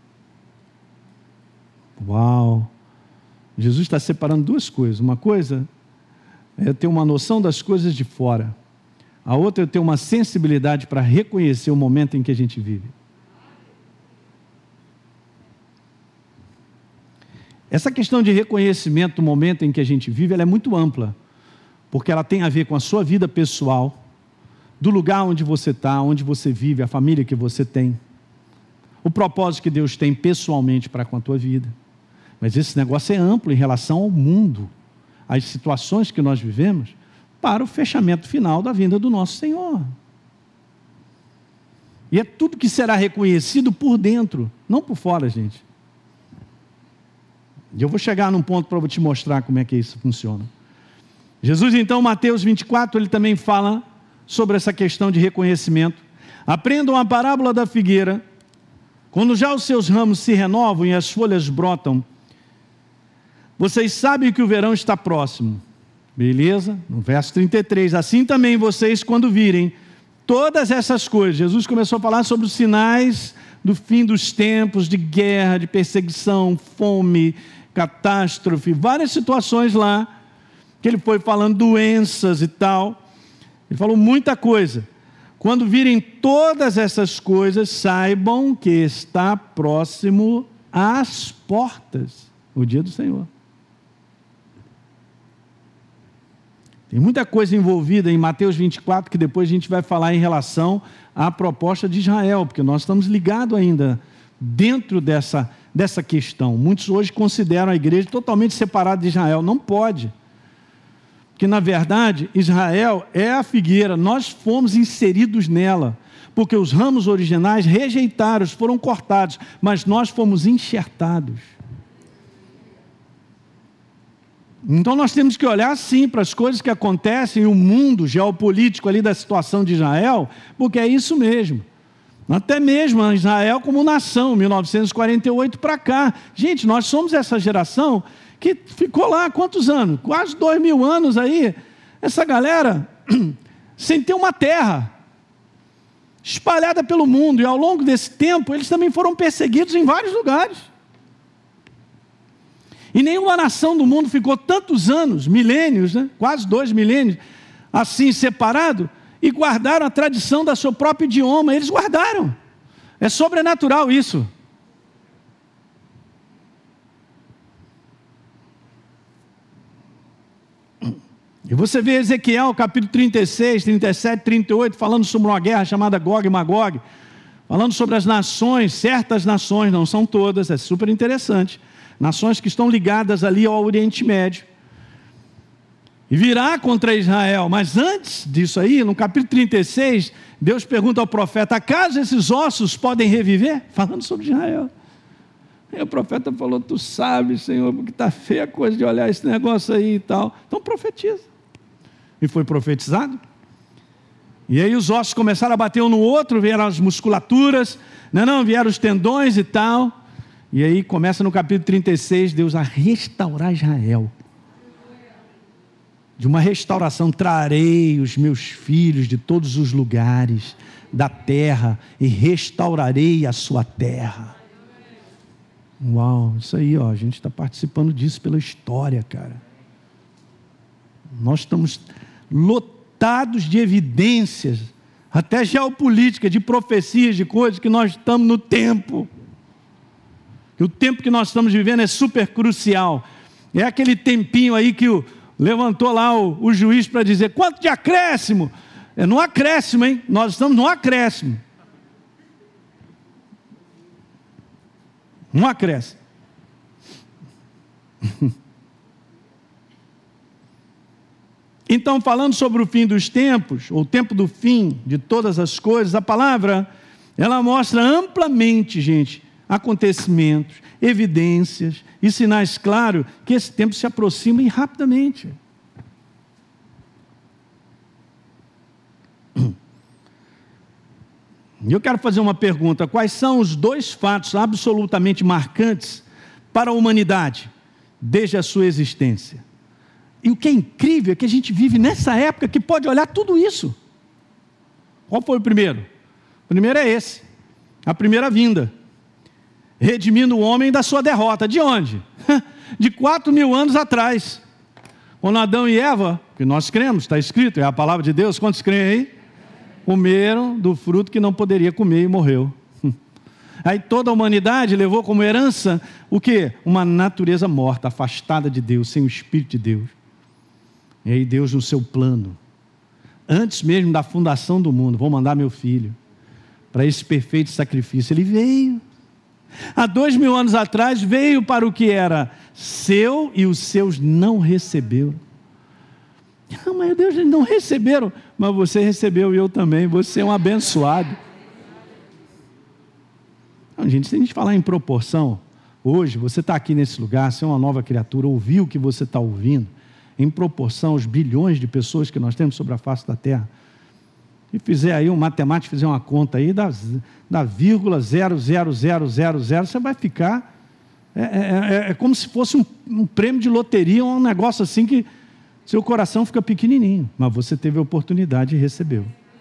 Uau! Jesus está separando duas coisas. Uma coisa é ter uma noção das coisas de fora. A outra é ter uma sensibilidade para reconhecer o momento em que a gente vive. Essa questão de reconhecimento do momento em que a gente vive, ela é muito ampla, porque ela tem a ver com a sua vida pessoal, do lugar onde você está, onde você vive, a família que você tem, o propósito que Deus tem pessoalmente para com a tua vida. Mas esse negócio é amplo em relação ao mundo, às situações que nós vivemos, para o fechamento final da vinda do nosso Senhor. E é tudo que será reconhecido por dentro, não por fora, gente. E eu vou chegar num ponto para te mostrar como é que isso funciona. Jesus, então, Mateus 24, ele também fala sobre essa questão de reconhecimento. Aprendam a parábola da figueira. Quando já os seus ramos se renovam e as folhas brotam, vocês sabem que o verão está próximo. Beleza? No verso 33, assim também vocês, quando virem todas essas coisas, Jesus começou a falar sobre os sinais do fim dos tempos, de guerra, de perseguição, fome, catástrofe, várias situações lá, que ele foi falando, doenças e tal. Ele falou muita coisa. Quando virem todas essas coisas, saibam que está próximo às portas o dia do Senhor. Tem muita coisa envolvida em Mateus 24, que depois a gente vai falar em relação à proposta de Israel, porque nós estamos ligados ainda dentro dessa questão. Muitos hoje consideram a igreja totalmente separada de Israel. Não pode. Porque, na verdade, Israel é a figueira, nós fomos inseridos nela, porque os ramos originais rejeitaram, foram cortados, mas nós fomos enxertados. Então nós temos que olhar sim para as coisas que acontecem no mundo geopolítico ali da situação de Israel, porque é isso mesmo. Até mesmo Israel como nação, 1948 para cá. Gente, nós somos essa geração que ficou lá quantos anos? Quase 2000 anos aí. Essa galera sem ter uma terra, espalhada pelo mundo. E ao longo desse tempo eles também foram perseguidos em vários lugares. E nenhuma nação do mundo ficou tantos anos, milênios, né? Quase 2 milênios, assim separado, e guardaram a tradição do seu próprio idioma. Eles guardaram. É sobrenatural isso. E você vê Ezequiel, capítulo 36, 37, 38, falando sobre uma guerra chamada Gog e Magog, falando sobre as nações, certas nações, não são todas, é super interessante. Nações que estão ligadas ali ao Oriente Médio. E virá contra Israel. Mas antes disso aí, no capítulo 36, Deus pergunta ao profeta: acaso esses ossos podem reviver? Falando sobre Israel. E o profeta falou: tu sabes, Senhor, porque está feia a coisa de olhar esse negócio aí e tal. Então profetiza. E foi profetizado. E aí os ossos começaram a bater um no outro, vieram as musculaturas, vieram os tendões e tal. E aí começa no capítulo 36, Deus a restaurar Israel. De uma restauração, trarei os meus filhos de todos os lugares da terra e restaurarei a sua terra. Uau, isso aí, ó, a gente está participando disso pela história, cara. Nós estamos lotados de evidências, até geopolítica, de profecias, de coisas que nós estamos no tempo. E o tempo que nós estamos vivendo é super crucial. É aquele tempinho aí que levantou lá o juiz para dizer: quanto de acréscimo? É no acréscimo, hein? Nós estamos no acréscimo. Um acréscimo. Então, falando sobre o fim dos tempos, ou o tempo do fim de todas as coisas, a palavra, ela mostra amplamente, gente, acontecimentos, evidências e sinais claros que esse tempo se aproxima e rapidamente. E eu quero fazer uma pergunta: quais são os 2 fatos absolutamente marcantes para a humanidade desde a sua existência? E o que é incrível é que a gente vive nessa época que pode olhar tudo isso. Qual foi o primeiro? O primeiro é esse, a primeira vinda, redimindo o homem da sua derrota. De onde? De 4.000 anos atrás, quando Adão e Eva, que nós cremos, está escrito, é a palavra de Deus, quantos creem aí? Comeram do fruto que não poderia comer e morreu. Aí toda a humanidade levou como herança o quê? Uma natureza morta, afastada de Deus, sem o Espírito de Deus. E aí Deus, no seu plano, antes mesmo da fundação do mundo, vou mandar meu filho para esse perfeito sacrifício. Ele veio. Há 2.000 anos atrás, veio para o que era seu e os seus não receberam. Ah, mas Deus, eles não receberam. Mas você recebeu e eu também. Você é um abençoado. Não, gente, se a gente falar em proporção, hoje você está aqui nesse lugar, você é uma nova criatura, ouviu o que você está ouvindo, em proporção aos bilhões de pessoas que nós temos sobre a face da terra. E fizer aí, um matemático fizer uma conta aí, da vírgula 0,0000, você vai ficar, é como se fosse um prêmio de loteria, um negócio assim que seu coração fica pequenininho, mas você teve a oportunidade e recebeu.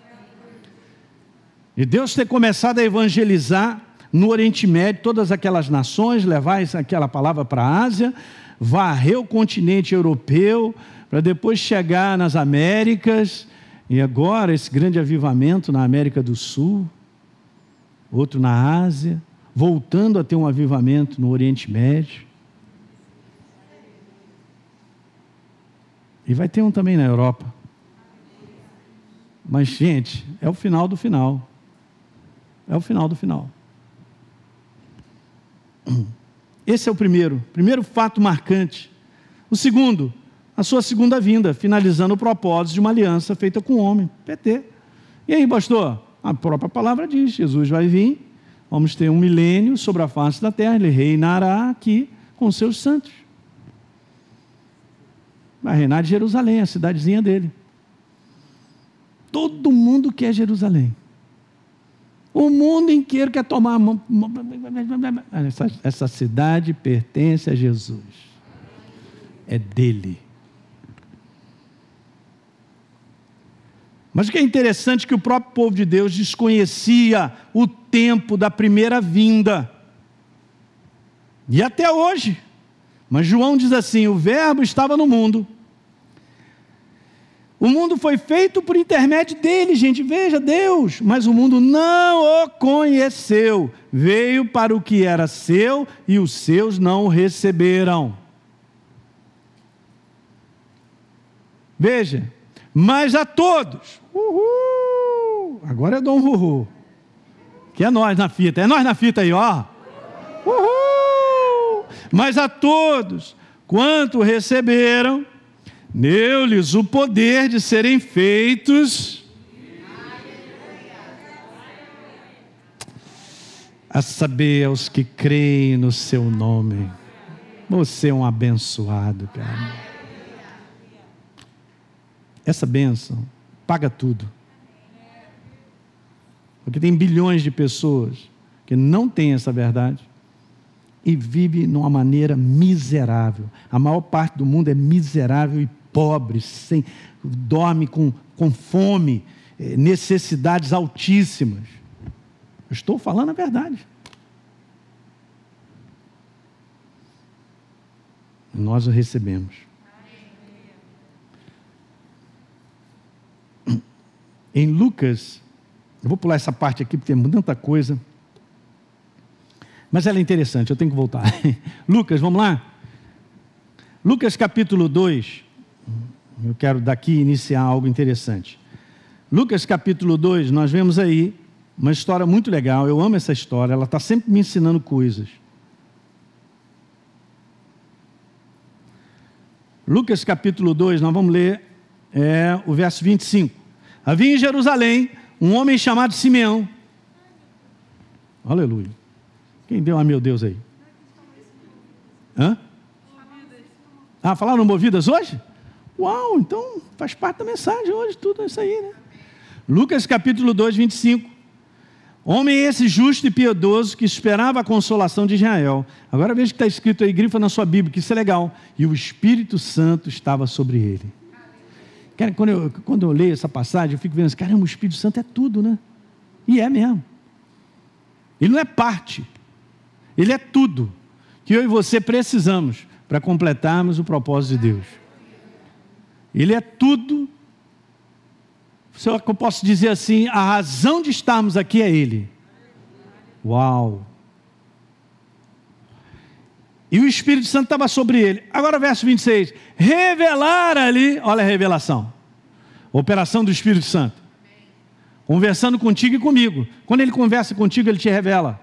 E Deus ter começado a evangelizar no Oriente Médio, todas aquelas nações, levar aquela palavra para a Ásia, varrer o continente europeu, para depois chegar nas Américas, e agora esse grande avivamento na América do Sul, outro na Ásia, voltando a ter um avivamento no Oriente Médio. E vai ter um também na Europa. Mas, gente, é o final do final. É o final do final. Esse é o primeiro fato marcante. O segundo, a sua segunda vinda, finalizando o propósito de uma aliança feita com o homem, PT. E aí, pastor? A própria palavra diz, Jesus vai vir, vamos ter um milênio sobre a face da terra, ele reinará aqui com seus santos. Vai reinar de Jerusalém, a cidadezinha dele. Todo mundo quer Jerusalém. O mundo inteiro quer tomar a mão. Essa cidade pertence a Jesus. É dele. Mas o que é interessante é que o próprio povo de Deus desconhecia o tempo da primeira vinda. E até hoje. Mas João diz assim: o verbo estava no mundo. O mundo foi feito por intermédio dele, gente, veja, Deus, mas o mundo não o conheceu, veio para o que era seu e os seus não o receberam. Veja, mas a todos, agora eu dou um uhul, que é nós na fita, é nós na fita aí, ó, mas a todos, quanto receberam, deu-lhes o poder de serem feitos a saber, aos que creem no seu nome. Você é um abençoado, cara. Essa bênção paga tudo. Porque tem bilhões de pessoas que não têm essa verdade e vivem de uma maneira miserável. A maior parte do mundo é miserável e pobre, dorme com fome, necessidades altíssimas. Eu estou falando a verdade. Nós o recebemos. Em Lucas, eu vou pular essa parte aqui porque tem muita coisa, mas ela é interessante, eu tenho que voltar. Lucas, vamos lá? Lucas capítulo 2, eu quero daqui iniciar algo interessante. Lucas capítulo 2, nós vemos aí uma história muito legal, eu amo essa história, ela está sempre me ensinando coisas. Lucas capítulo 2, nós vamos ler o verso 25. Havia em Jerusalém um homem chamado Simeão. Aleluia. Quem deu meu Deus aí? Hã? Falaram movidas hoje? Uau, então faz parte da mensagem hoje, tudo isso aí, né? Lucas capítulo 2, 25. Homem esse justo e piedoso que esperava a consolação de Israel. Agora veja que está escrito aí, grifa na sua Bíblia, que isso é legal. E o Espírito Santo estava sobre ele. Cara, quando eu leio essa passagem, eu fico vendo assim, caramba, o Espírito Santo é tudo, né? E é mesmo. Ele não é parte. Ele é tudo que eu e você precisamos para completarmos o propósito de Deus. Ele é tudo. Só que eu posso dizer assim, a razão de estarmos aqui é Ele. Uau! E o Espírito Santo estava sobre ele. Agora verso 26. Revelar-lhe, olha a revelação. Operação do Espírito Santo. Conversando contigo e comigo. Quando ele conversa contigo, ele te revela.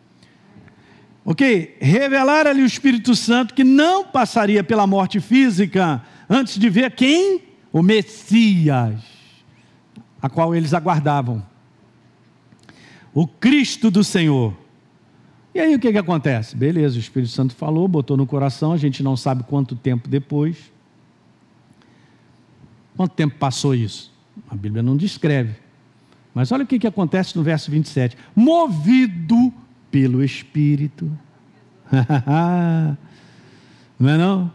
Ok? Revelar-lhe o Espírito Santo que não passaria pela morte física antes de ver quem? O Messias, a qual eles aguardavam. O Cristo do Senhor. E aí o que acontece? Beleza, o Espírito Santo falou, botou no coração, a gente não sabe quanto tempo depois. Quanto tempo passou isso? A Bíblia não descreve. Mas olha o que acontece no verso 27. Movido pelo Espírito. Não é não?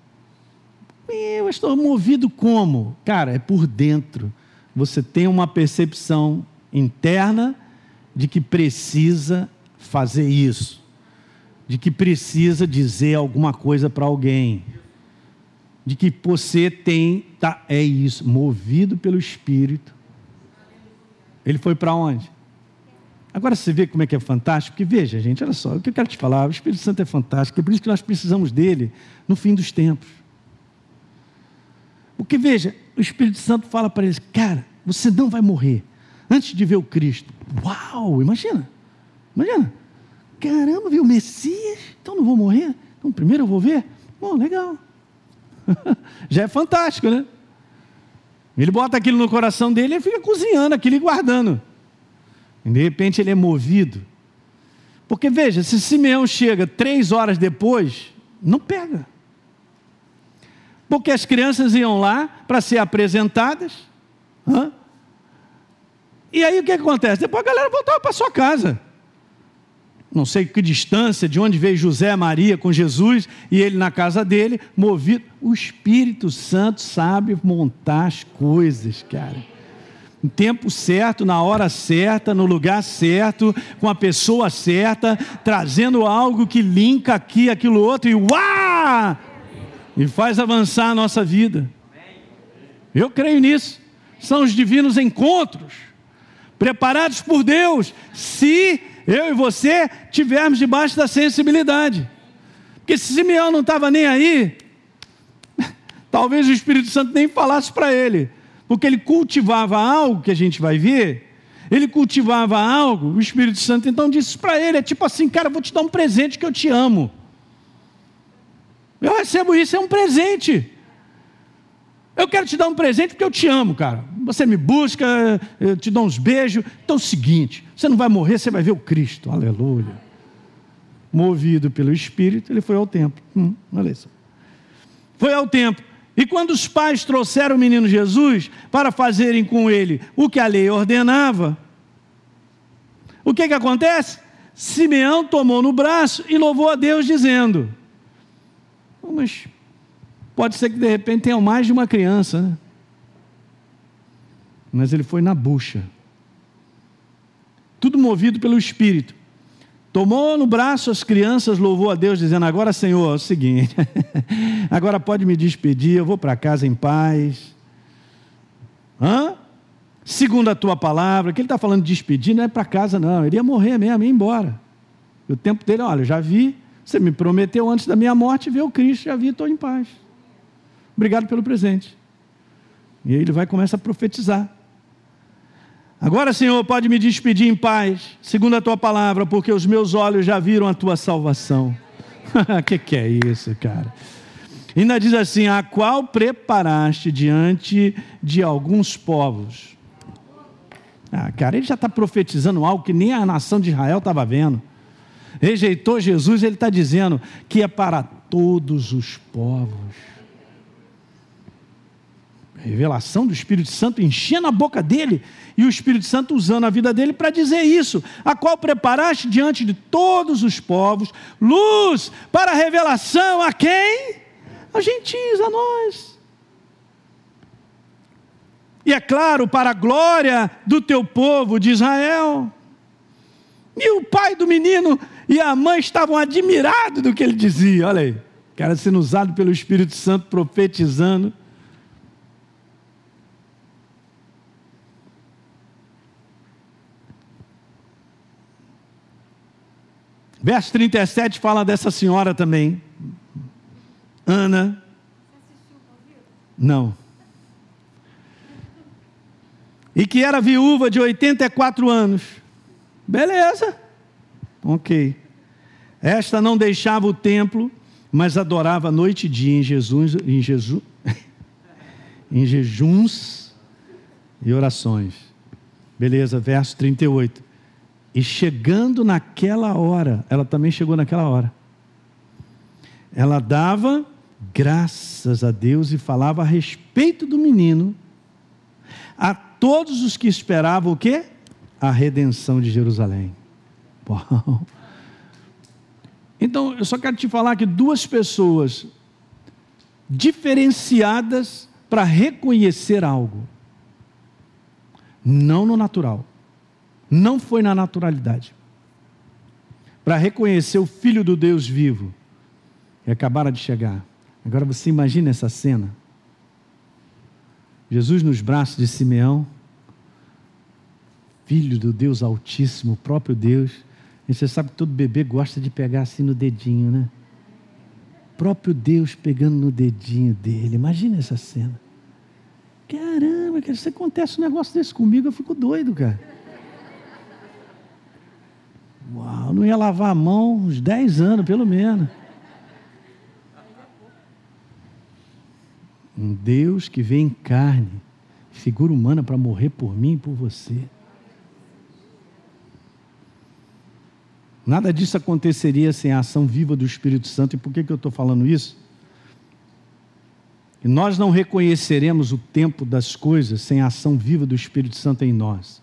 Eu estou movido como? Cara, é por dentro. Você tem uma percepção interna de que precisa fazer isso, de que precisa dizer alguma coisa para alguém, de que você é isso, movido pelo Espírito. Ele foi para onde? Agora você vê como é que é fantástico, porque veja gente, olha só, o que eu quero te falar, o Espírito Santo é fantástico, é por isso que nós precisamos dele no fim dos tempos. Porque veja, o Espírito Santo fala para eles, cara, você não vai morrer antes de ver o Cristo. Uau, imagina, caramba, viu o Messias, então não vou morrer, então primeiro eu vou ver, bom, legal, já é fantástico, né? Ele bota aquilo no coração dele e fica cozinhando aquilo e guardando, e de repente ele é movido, porque veja, se Simeão chega 3 horas depois, não pega, porque as crianças iam lá para ser apresentadas, e aí o que acontece? Depois a galera voltava para sua casa, não sei que distância, de onde veio José e Maria com Jesus, e ele na casa dele, movido. O Espírito Santo sabe montar as coisas, cara. No tempo certo, na hora certa, no lugar certo, com a pessoa certa, trazendo algo que linka aqui, aquilo outro, e uau! E faz avançar a nossa vida. Eu creio nisso. São os divinos encontros, preparados por Deus, se eu e você tivermos debaixo da sensibilidade. Porque se Simeão não estava nem aí, talvez o Espírito Santo nem falasse para ele, porque ele cultivava algo que a gente vai ver, ele cultivava algo, o Espírito Santo então disse para ele, é tipo assim, cara, eu vou te dar um presente que eu te amo. Eu recebo isso, é um presente. Eu quero te dar um presente porque eu te amo, cara. Você me busca, eu te dou uns beijos. Então é o seguinte, você não vai morrer, você vai ver o Cristo. Aleluia. Movido pelo Espírito, ele foi ao templo. Olha isso. Foi ao templo. E quando os pais trouxeram o menino Jesus para fazerem com ele o que a lei ordenava, o que acontece? Simeão tomou no braço e louvou a Deus dizendo, mas pode ser que de repente tenha mais de uma criança, né? Mas ele foi na bucha, tudo movido pelo Espírito. Tomou no braço as crianças, louvou a Deus, dizendo, agora Senhor, é o seguinte, agora pode me despedir, eu vou para casa em paz. Segundo a tua palavra, que ele está falando de despedir, não é para casa não, ele ia morrer mesmo, ia embora. E o tempo dele, olha, eu já vi, você me prometeu antes da minha morte ver o Cristo, já vi, estou em paz. Obrigado pelo presente. E aí ele vai e começa a profetizar. Agora, Senhor, pode me despedir em paz, segundo a tua palavra, porque os meus olhos já viram a tua salvação. Que é isso, cara? Ainda diz assim: a qual preparaste diante de alguns povos. Cara, ele já está profetizando algo que nem a nação de Israel estava vendo. Rejeitou Jesus, ele está dizendo que é para todos os povos. Revelação do Espírito Santo enchendo a boca dele, e o Espírito Santo usando a vida dele para dizer isso: a qual preparaste diante de todos os povos, luz para a revelação a quem? A gentios, a nós. E é claro, para a glória do teu povo de Israel. E o pai do menino e a mãe estavam admirados do que ele dizia. Olha aí, o cara sendo usado pelo Espírito Santo, profetizando. Verso 37 fala dessa senhora também, Ana. Não. E que era viúva de 84 anos. Beleza. Ok. Esta não deixava o templo, mas adorava noite e dia em jejuns e orações. Beleza, verso 38. E chegando naquela hora, ela também chegou naquela hora, ela dava graças a Deus e falava a respeito do menino a todos os que esperavam o quê? A redenção de Jerusalém. Uau. Então, eu só quero te falar que duas pessoas diferenciadas para reconhecer algo, não no natural, não foi na naturalidade, para reconhecer o Filho do Deus vivo, que acabaram de chegar. Agora você imagina essa cena, Jesus nos braços de Simeão, Filho do Deus Altíssimo, o próprio Deus. E você sabe que todo bebê gosta de pegar assim no dedinho, né? O próprio Deus pegando no dedinho dele. Imagina essa cena. Caramba, cara, se acontece um negócio desse comigo, eu fico doido, cara. Uau, não ia lavar a mão uns 10 anos, pelo menos. Um Deus que vem em carne, figura humana para morrer por mim e por você. Nada disso aconteceria sem a ação viva do Espírito Santo. E por que eu estou falando isso? E nós não reconheceremos o tempo das coisas sem a ação viva do Espírito Santo em nós.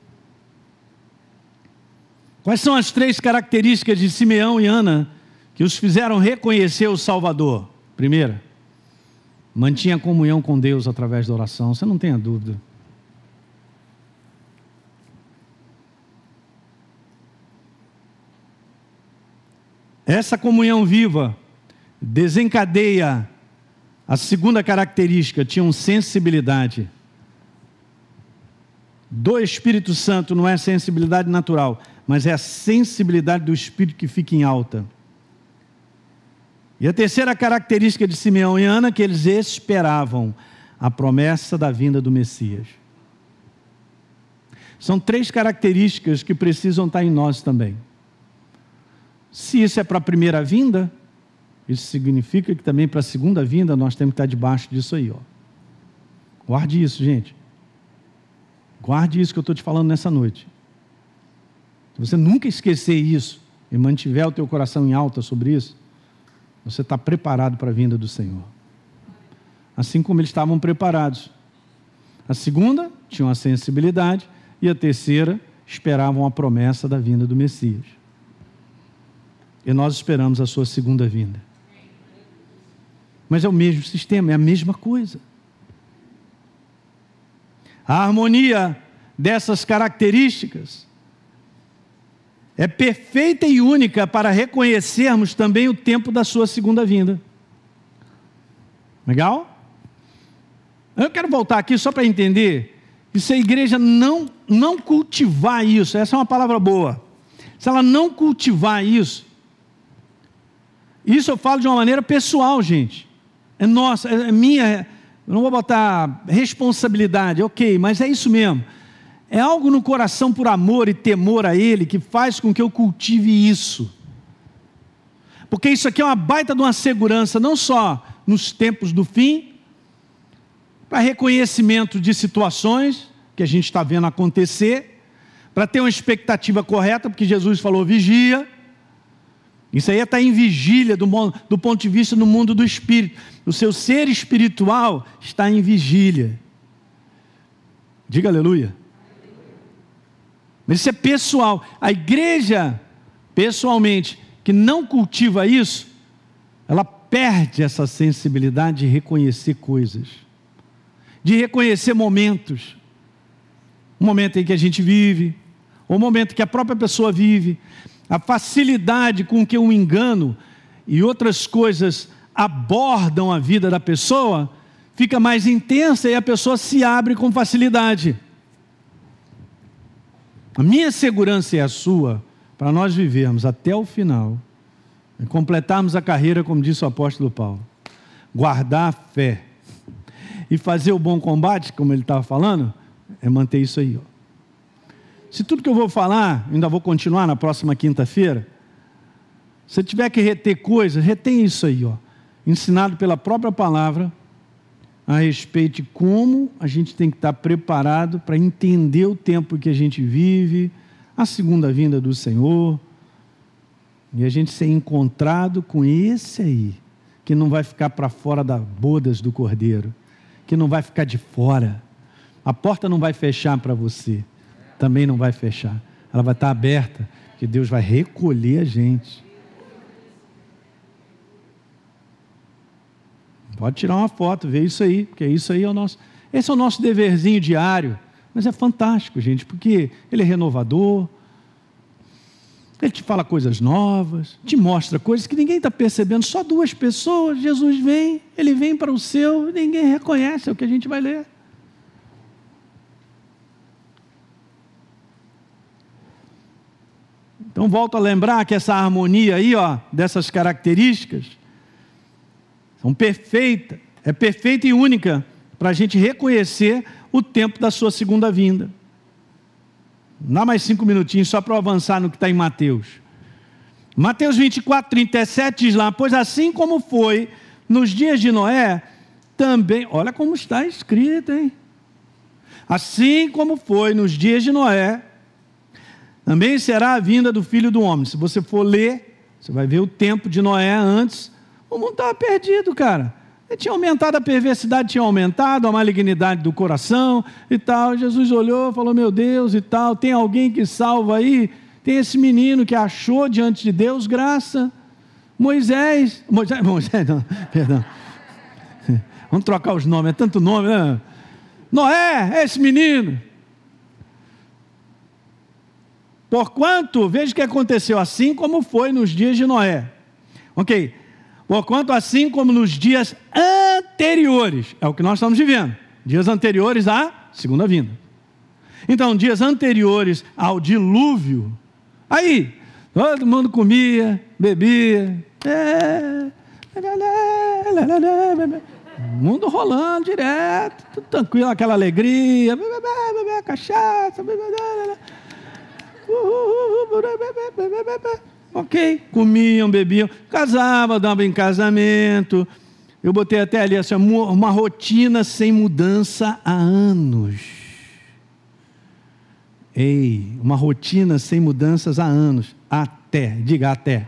Quais são as 3 características de Simeão e Ana que os fizeram reconhecer o Salvador? Primeira, mantinha comunhão com Deus através da oração. Você não tenha dúvida. Essa comunhão viva desencadeia a segunda característica, tinham sensibilidade. Do Espírito Santo não é sensibilidade natural, mas é a sensibilidade do Espírito que fica em alta. E a terceira característica de Simeão e Ana, que eles esperavam a promessa da vinda do Messias. São 3 características que precisam estar em nós também. Se isso é para a primeira vinda, isso significa que também para a segunda vinda nós temos que estar debaixo disso aí, ó. Guarde isso, gente. Guarde isso que eu estou te falando nessa noite. Se você nunca esquecer isso e mantiver o teu coração em alta sobre isso, você está preparado para a vinda do Senhor. Assim como eles estavam preparados. A segunda, tinham a sensibilidade, e a terceira, esperavam a promessa da vinda do Messias. E nós esperamos a sua segunda vinda. Mas é o mesmo sistema, é a mesma coisa. A harmonia dessas características é perfeita e única para reconhecermos também o tempo da sua segunda vinda. Legal? Eu quero voltar aqui só para entender que se a igreja não cultivar isso, essa é uma palavra boa, se ela não cultivar isso eu falo de uma maneira pessoal, gente, é nossa, é minha, eu não vou botar responsabilidade, ok, mas é isso mesmo, é algo no coração por amor e temor a Ele que faz com que eu cultive isso, porque isso aqui é uma baita de uma segurança, não só nos tempos do fim, para reconhecimento de situações que a gente está vendo acontecer, para ter uma expectativa correta, porque Jesus falou vigia. Isso aí está em vigília do ponto de vista do mundo do espírito. O seu ser espiritual está em vigília. Diga aleluia. Mas isso é pessoal. A igreja, pessoalmente, que não cultiva isso, ela perde essa sensibilidade de reconhecer coisas, de reconhecer momentos. O momento em que a gente vive, o momento que a própria pessoa vive, a facilidade com que o engano e outras coisas abordam a vida da pessoa, fica mais intensa e a pessoa se abre com facilidade. A minha segurança e a sua, para nós vivermos até o final, e completarmos a carreira, como disse o apóstolo Paulo, guardar a fé e fazer o bom combate, como ele estava falando, é manter isso aí. Se tudo que eu vou falar, ainda vou continuar na próxima quinta-feira, se tiver que reter coisas, retém isso aí, ensinado pela própria palavra, a respeito de como a gente tem que estar preparado para entender o tempo que a gente vive, a segunda vinda do Senhor, e a gente ser encontrado com esse aí, que não vai ficar para fora das bodas do Cordeiro, que não vai ficar de fora. A porta não vai fechar para você, também não vai fechar, ela vai estar aberta, porque Deus vai recolher a gente. Pode tirar uma foto, ver isso aí, porque isso aí é o nosso, esse é o nosso deverzinho diário, mas é fantástico, gente, porque ele é renovador, ele te fala coisas novas, te mostra coisas que ninguém está percebendo, só 2 pessoas, Jesus vem, ele vem para o seu, ninguém reconhece, é o que a gente vai ler. Então volto a lembrar que essa harmonia aí, dessas características, são perfeitas, é perfeita e única para a gente reconhecer o tempo da sua segunda vinda. Dá mais 5 minutinhos só para eu avançar no que está em Mateus. Mateus 24, 37 diz lá, pois assim como foi nos dias de Noé, também, olha como está escrito, hein? Assim como foi nos dias de Noé, também será a vinda do Filho do Homem. Se você for ler, você vai ver o tempo de Noé antes. O mundo estava perdido, cara. Ele tinha aumentado, a perversidade tinha aumentado, a malignidade do coração e tal. Jesus olhou, falou, meu Deus e tal, tem alguém que salva aí? Tem esse menino que achou diante de Deus graça. Moisés não, perdão. Vamos trocar os nomes, é tanto nome, né? Noé, é esse menino. Porquanto, veja o que aconteceu, assim como foi nos dias de Noé. Ok. Porquanto assim como nos dias anteriores, é o que nós estamos vivendo, dias anteriores à segunda vinda. Então, dias anteriores ao dilúvio, aí, todo mundo comia, bebia, mundo rolando direto, tudo tranquilo, aquela alegria, cachaça, ok, comiam, bebiam, casavam, davam em casamento. Eu botei até ali assim, uma rotina sem mudança há anos. Uma rotina sem mudanças há anos. Diga até.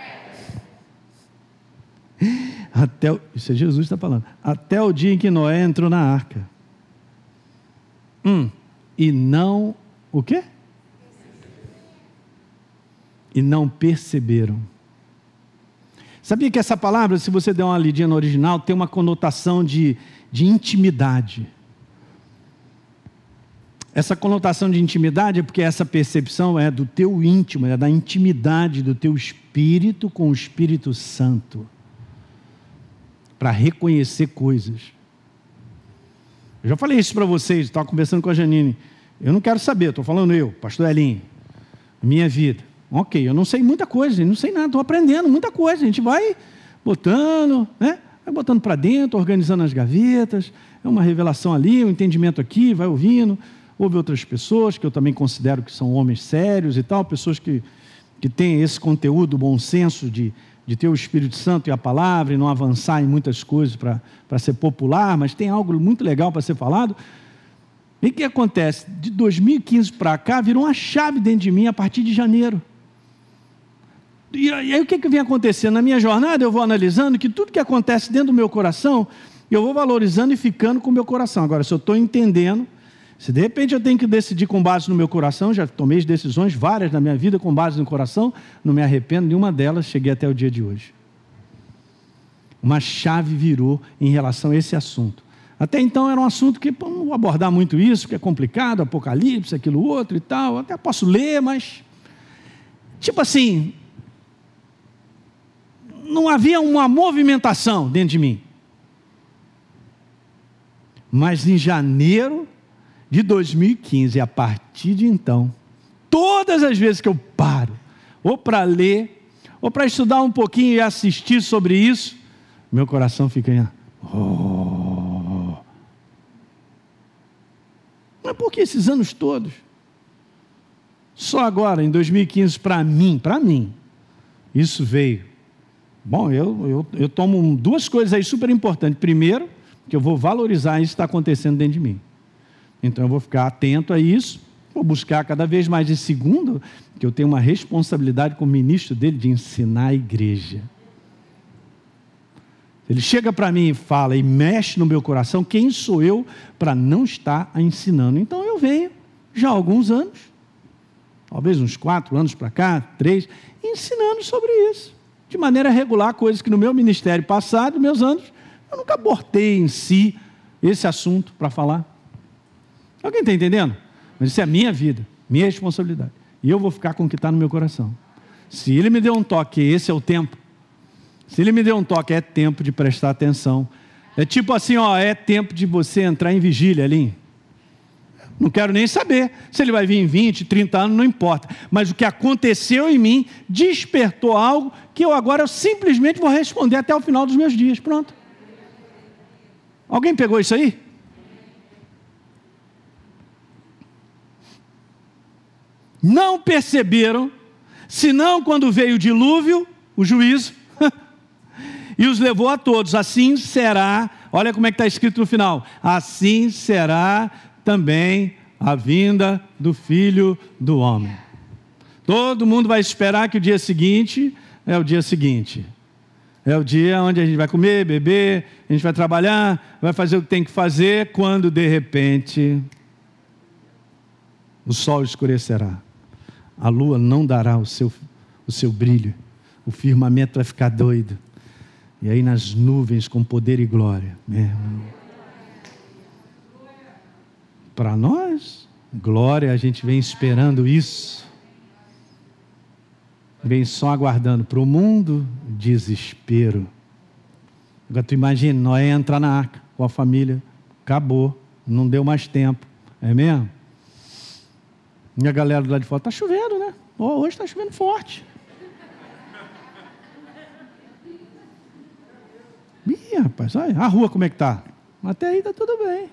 Isso é Jesus que está falando. Até o dia em que Noé entrou na arca. E não, o quê? E não perceberam. Sabia que essa palavra, se você der uma lidinha no original, tem uma conotação de intimidade. Essa conotação de intimidade é porque essa percepção é do teu íntimo, é da intimidade do teu espírito com o Espírito Santo, para reconhecer coisas. Eu já falei isso para vocês, estava conversando com a Janine. Eu não quero saber, estou falando eu, pastor Elinho, minha vida. Ok, eu não sei muita coisa, não sei nada, estou aprendendo muita coisa, a gente vai botando, né? Vai botando para dentro, organizando as gavetas, é uma revelação ali, um entendimento aqui, vai ouvindo, ouve outras pessoas, que eu também considero que são homens sérios e tal, pessoas que têm esse conteúdo, bom senso de de ter o Espírito Santo e a palavra e não avançar em muitas coisas para ser popular, mas tem algo muito legal para ser falado. E o que acontece? De 2015 para cá, virou uma chave dentro de mim a partir de janeiro. E aí o que vem acontecendo? Na minha jornada eu vou analisando que tudo que acontece dentro do meu coração, eu vou valorizando e ficando com o meu coração. Agora, se eu estou entendendo, se de repente eu tenho que decidir com base no meu coração, já tomei decisões várias na minha vida com base no coração, não me arrependo, nenhuma delas, cheguei até o dia de hoje. Uma chave virou em relação a esse assunto. Até então era um assunto que não vou abordar muito isso, que é complicado, Apocalipse, aquilo outro e tal, até posso ler, mas tipo assim, não havia uma movimentação dentro de mim. Mas em janeiro de 2015, a partir de então, todas as vezes que eu paro, ou para ler, ou para estudar um pouquinho e assistir sobre isso, meu coração fica em... Mas por que esses anos todos? Só agora, em 2015, para mim, isso veio. Bom, eu tomo duas coisas aí super importantes. Primeiro, que eu vou valorizar isso que está acontecendo dentro de mim. Então eu vou ficar atento a isso, vou buscar cada vez mais. E segundo, que eu tenho uma responsabilidade como ministro dele de ensinar a igreja. Ele chega para mim e fala e mexe no meu coração, quem sou eu para não estar ensinando? Então eu venho, já há alguns anos, talvez uns 4 anos para cá, 3, ensinando sobre isso, de maneira regular, coisas que no meu ministério passado, meus anos, eu nunca abordei em si esse assunto para falar. Alguém está entendendo? Mas isso é a minha vida, minha responsabilidade. E eu vou ficar com o que está no meu coração. Se ele me deu um toque, esse é o tempo. Se ele me deu um toque, é tempo de prestar atenção. É tipo assim, ó, é tempo de você entrar em vigília ali. Não quero nem saber se ele vai vir em 20, 30 anos, não importa. Mas o que aconteceu em mim despertou algo que eu simplesmente vou responder até o final dos meus dias. Pronto. Alguém pegou isso aí? Não perceberam, senão quando veio o dilúvio, o juízo, e os levou a todos. Assim será, olha como é que está escrito no final, assim será também a vinda do Filho do Homem. Todo mundo vai esperar que o dia seguinte é o dia seguinte. É o dia onde a gente vai comer, beber, a gente vai trabalhar, vai fazer o que tem que fazer, quando de repente o sol escurecerá. A lua não dará o seu brilho, o firmamento vai ficar doido. E aí nas nuvens com poder e glória, meu irmão. Para nós, glória, a gente vem esperando isso. Vem só aguardando. Para o mundo, desespero. Agora tu imagina, Noé entrar na arca com a família, acabou, não deu mais tempo, é mesmo? E a galera do lado de fora, está chovendo, né? Hoje está chovendo forte. Ih, rapaz, olha a rua como é que está. Até aí está tudo bem.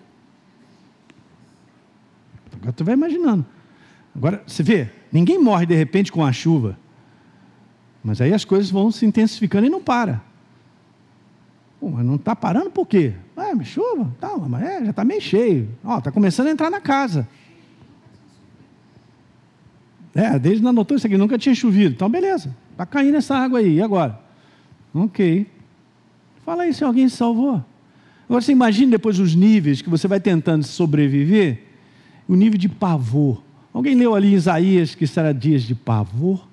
Agora tu vai imaginando. Agora, você vê, ninguém morre de repente com a chuva. Mas aí as coisas vão se intensificando e não para. Pô, mas não está parando por quê? Mas chuva? Tá, mas já está meio cheio. Está começando a entrar na casa. Desde não notou isso aqui, nunca tinha chovido. Então, beleza, está caindo essa água aí, e agora? Ok. Fala aí se alguém se salvou. Agora você imagina depois os níveis que você vai tentando sobreviver, o nível de pavor. Alguém leu ali em Isaías que será dias de pavor?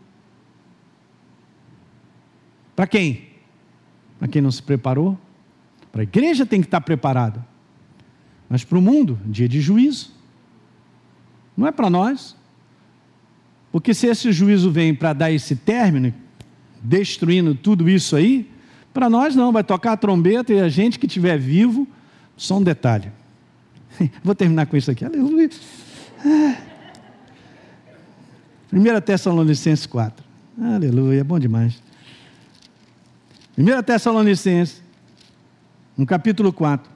Para quem? Para quem não se preparou? Para a igreja tem que estar preparada. Mas para o mundo, dia de juízo. Não é para nós. Porque se esse juízo vem para dar esse término, destruindo tudo isso aí, para nós não, vai tocar a trombeta e a gente que estiver vivo, só um detalhe. Vou terminar com isso aqui, aleluia. 1 Tessalonicenses 4, aleluia, é bom demais. 1 Tessalonicenses, no capítulo 4.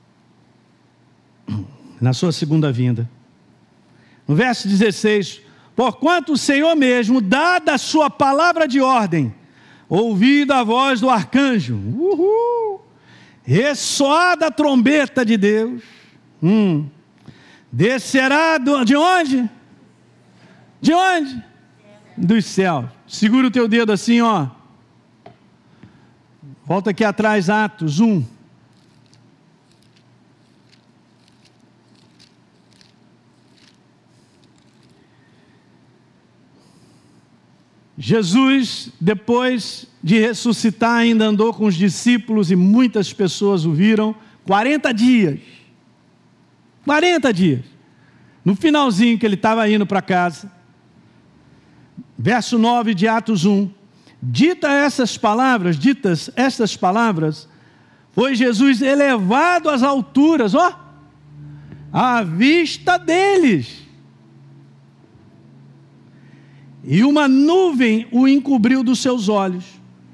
Na sua segunda vinda. No verso 16, Porquanto o Senhor mesmo, dada a sua palavra de ordem, ouvida a voz do arcanjo, ressoada a trombeta de Deus, descerá de onde? De onde? Dos céus. Segura o teu dedo assim, ó. Volta aqui atrás, Atos 1. Jesus, depois de ressuscitar, ainda andou com os discípulos e muitas pessoas o viram. 40 dias. 40 dias. No finalzinho que ele estava indo para casa. Verso 9 de Atos 1. Ditas estas palavras, foi Jesus elevado às alturas, ó, à vista deles. E uma nuvem o encobriu dos seus olhos.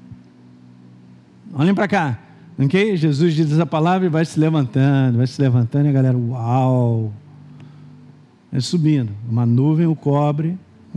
Olhem para cá. Okay? Jesus diz essa palavra e vai se levantando, e a galera, uau. Vai subindo. Uma nuvem o cobre.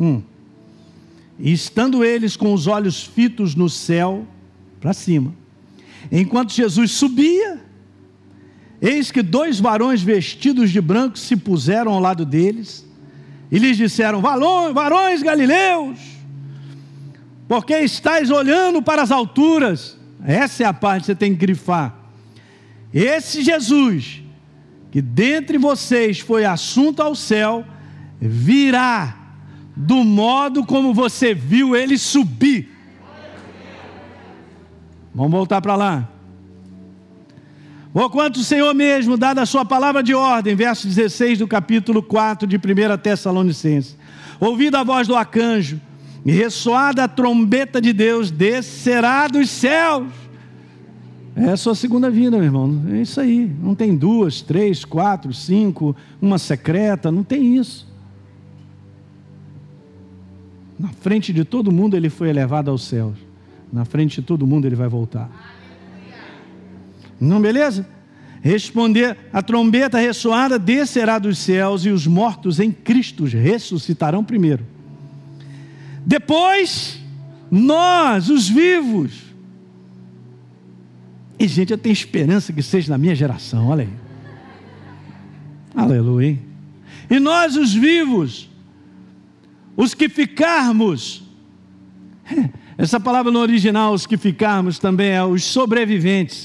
E estando eles com os olhos fitos no céu, para cima, enquanto Jesus subia, eis que 2 varões vestidos de branco se puseram ao lado deles, e lhes disseram: varões galileus, porque estáis olhando para as alturas? Essa é a parte que você tem que grifar. Esse Jesus, que dentre vocês foi assunto ao céu, virá do modo como você viu ele subir. Vamos voltar para lá. Porquanto o Senhor mesmo, dada a sua palavra de ordem, verso 16 do capítulo 4 de 1 Tessalonicenses, ouvida a voz do arcanjo e ressoada a trombeta de Deus, descerá dos céus. É a sua segunda vinda, meu irmão. É isso aí. Não tem 2, 3, 4, 5, uma secreta, não tem isso. Na frente de todo mundo ele foi elevado aos céus. Na frente de todo mundo ele vai voltar. Não, beleza? Responder, a trombeta ressoada descerá dos céus, e os mortos em Cristo ressuscitarão primeiro. Depois, nós, os vivos. E gente, eu tenho esperança que seja na minha geração, olha aí. Aleluia, hein? E nós, os vivos, os que ficarmos, essa palavra no original, os que ficarmos, também é os sobreviventes.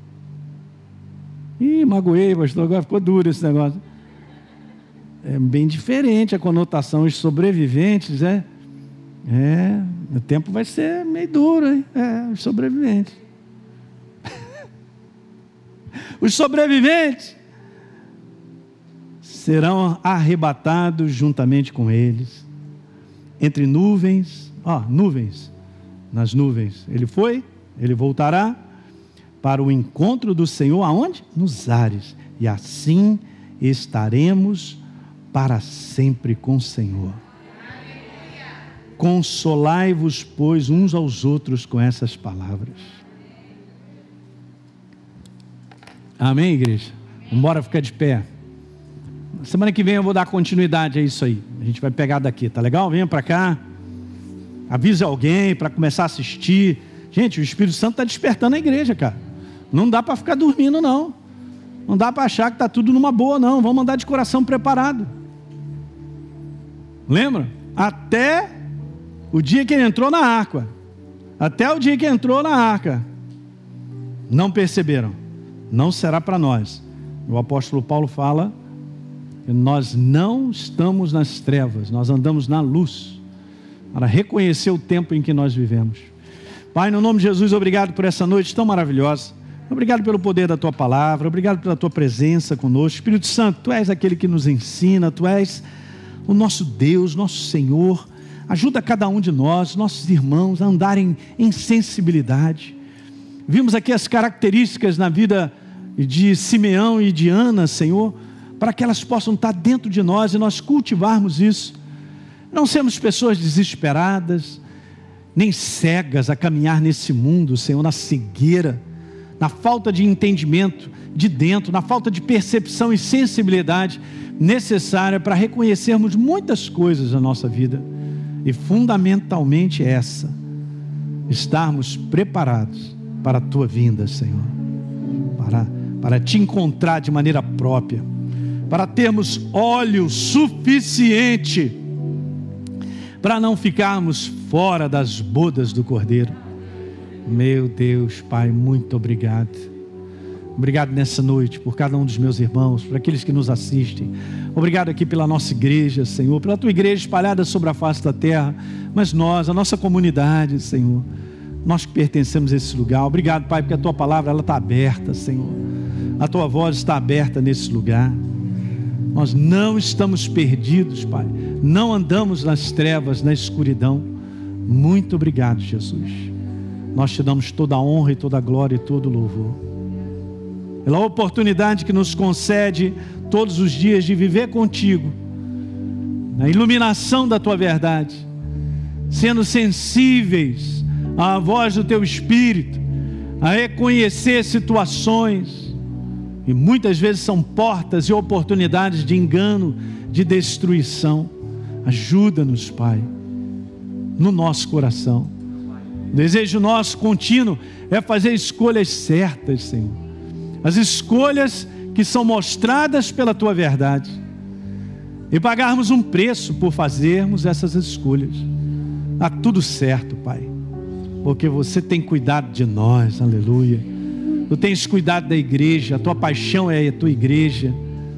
Ih, magoei, pastor, agora ficou duro esse negócio. É bem diferente a conotação, os sobreviventes, o tempo vai ser meio duro, hein? Os sobreviventes. Os sobreviventes serão arrebatados juntamente com eles, entre nuvens, nuvens, nas nuvens. Ele voltará para o encontro do Senhor, aonde? Nos ares, e assim estaremos para sempre com o Senhor. Consolai-vos, pois, uns aos outros com essas palavras. Amém, igreja? Vamos embora ficar de pé. Semana que vem eu vou dar continuidade a isso aí. A gente vai pegar daqui, tá legal? Venha para cá. Avise alguém para começar a assistir. Gente, o Espírito Santo está despertando a igreja, cara. Não dá para ficar dormindo, não. Não dá para achar que está tudo numa boa, não. Vamos andar de coração preparado. Lembra? Até o dia que ele entrou na arca. Até o dia que entrou na arca. Não perceberam. Não será para nós. O apóstolo Paulo fala que nós não estamos nas trevas, nós andamos na luz, para reconhecer o tempo em que nós vivemos. Pai, no nome de Jesus, obrigado por essa noite tão maravilhosa. Obrigado pelo poder da Tua palavra, obrigado pela Tua presença conosco. Espírito Santo, Tu és aquele que nos ensina, Tu és o nosso Deus, nosso Senhor. Ajuda cada um de nós, nossos irmãos, a andarem em sensibilidade. Vimos aqui as características na vida de Simeão e de Ana, Senhor, para que elas possam estar dentro de nós e nós cultivarmos isso. Não sermos pessoas desesperadas, nem cegas a caminhar nesse mundo, Senhor, na cegueira, na falta de entendimento de dentro, na falta de percepção e sensibilidade necessária para reconhecermos muitas coisas na nossa vida. E fundamentalmente essa, estarmos preparados para a tua vinda, Senhor, para te encontrar de maneira própria, para termos óleo suficiente para não ficarmos fora das bodas do Cordeiro. Meu Deus, Pai, muito obrigado. Obrigado nessa noite por cada um dos meus irmãos, por aqueles que nos assistem. Obrigado aqui pela nossa igreja, Senhor, pela tua igreja espalhada sobre a face da terra, mas nós, a nossa comunidade, Senhor, nós que pertencemos a esse lugar. Obrigado, Pai, porque a tua palavra ela está aberta, Senhor. A tua voz está aberta nesse lugar. Nós não estamos perdidos, Pai. Não andamos nas trevas, na escuridão. Muito obrigado, Jesus. Nós te damos toda a honra e toda a glória e todo o louvor pela oportunidade que nos concede todos os dias de viver contigo, na iluminação da tua verdade, sendo sensíveis à voz do teu Espírito, a reconhecer situações, e muitas vezes são portas e oportunidades de engano, de destruição. Ajuda-nos, Pai, no nosso coração. O desejo nosso contínuo é fazer escolhas certas, Senhor. As escolhas que são mostradas pela tua verdade, e pagarmos um preço por fazermos essas escolhas. Está tudo certo, Pai, porque você tem cuidado de nós, aleluia. Tu tens cuidado da igreja, a tua paixão é a tua igreja.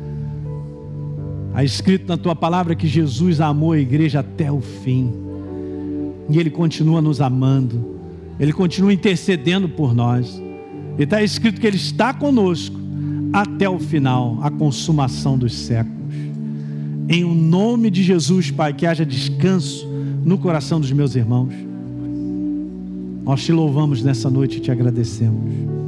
Há escrito na tua palavra que Jesus amou a igreja até o fim, e Ele continua nos amando, Ele continua intercedendo por nós. E está escrito que Ele está conosco até o final, a consumação dos séculos. Em o nome de Jesus, Pai, que haja descanso no coração dos meus irmãos. Nós te louvamos nessa noite e te agradecemos.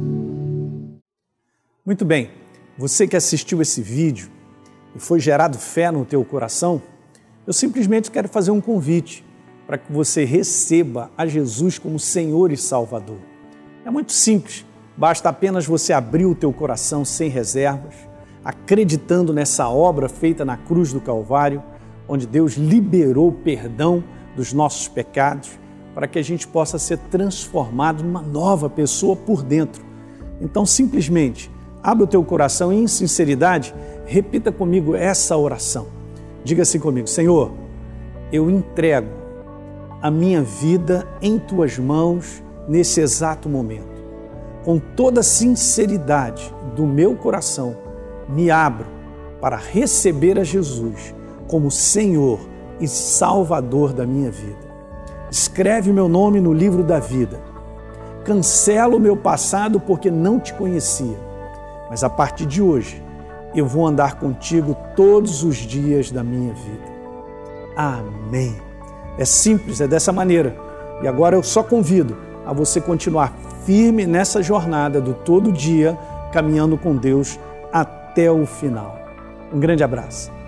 Muito bem, você que assistiu esse vídeo e foi gerado fé no teu coração, eu simplesmente quero fazer um convite para que você receba a Jesus como Senhor e Salvador. É muito simples. Basta apenas você abrir o teu coração sem reservas, acreditando nessa obra feita na cruz do Calvário, onde Deus liberou o perdão dos nossos pecados, para que a gente possa ser transformado numa nova pessoa por dentro. Então, simplesmente, abre o teu coração e, em sinceridade, repita comigo essa oração. Diga assim comigo: Senhor, eu entrego a minha vida em tuas mãos nesse exato momento. Com toda a sinceridade do meu coração, me abro para receber a Jesus como Senhor e Salvador da minha vida. Escreve meu nome no livro da vida. Cancela o meu passado porque não te conhecia, mas a partir de hoje eu vou andar contigo todos os dias da minha vida. Amém. É simples, é dessa maneira. E agora eu só convido a você continuar firme nessa jornada do todo dia, caminhando com Deus até o final. Um grande abraço.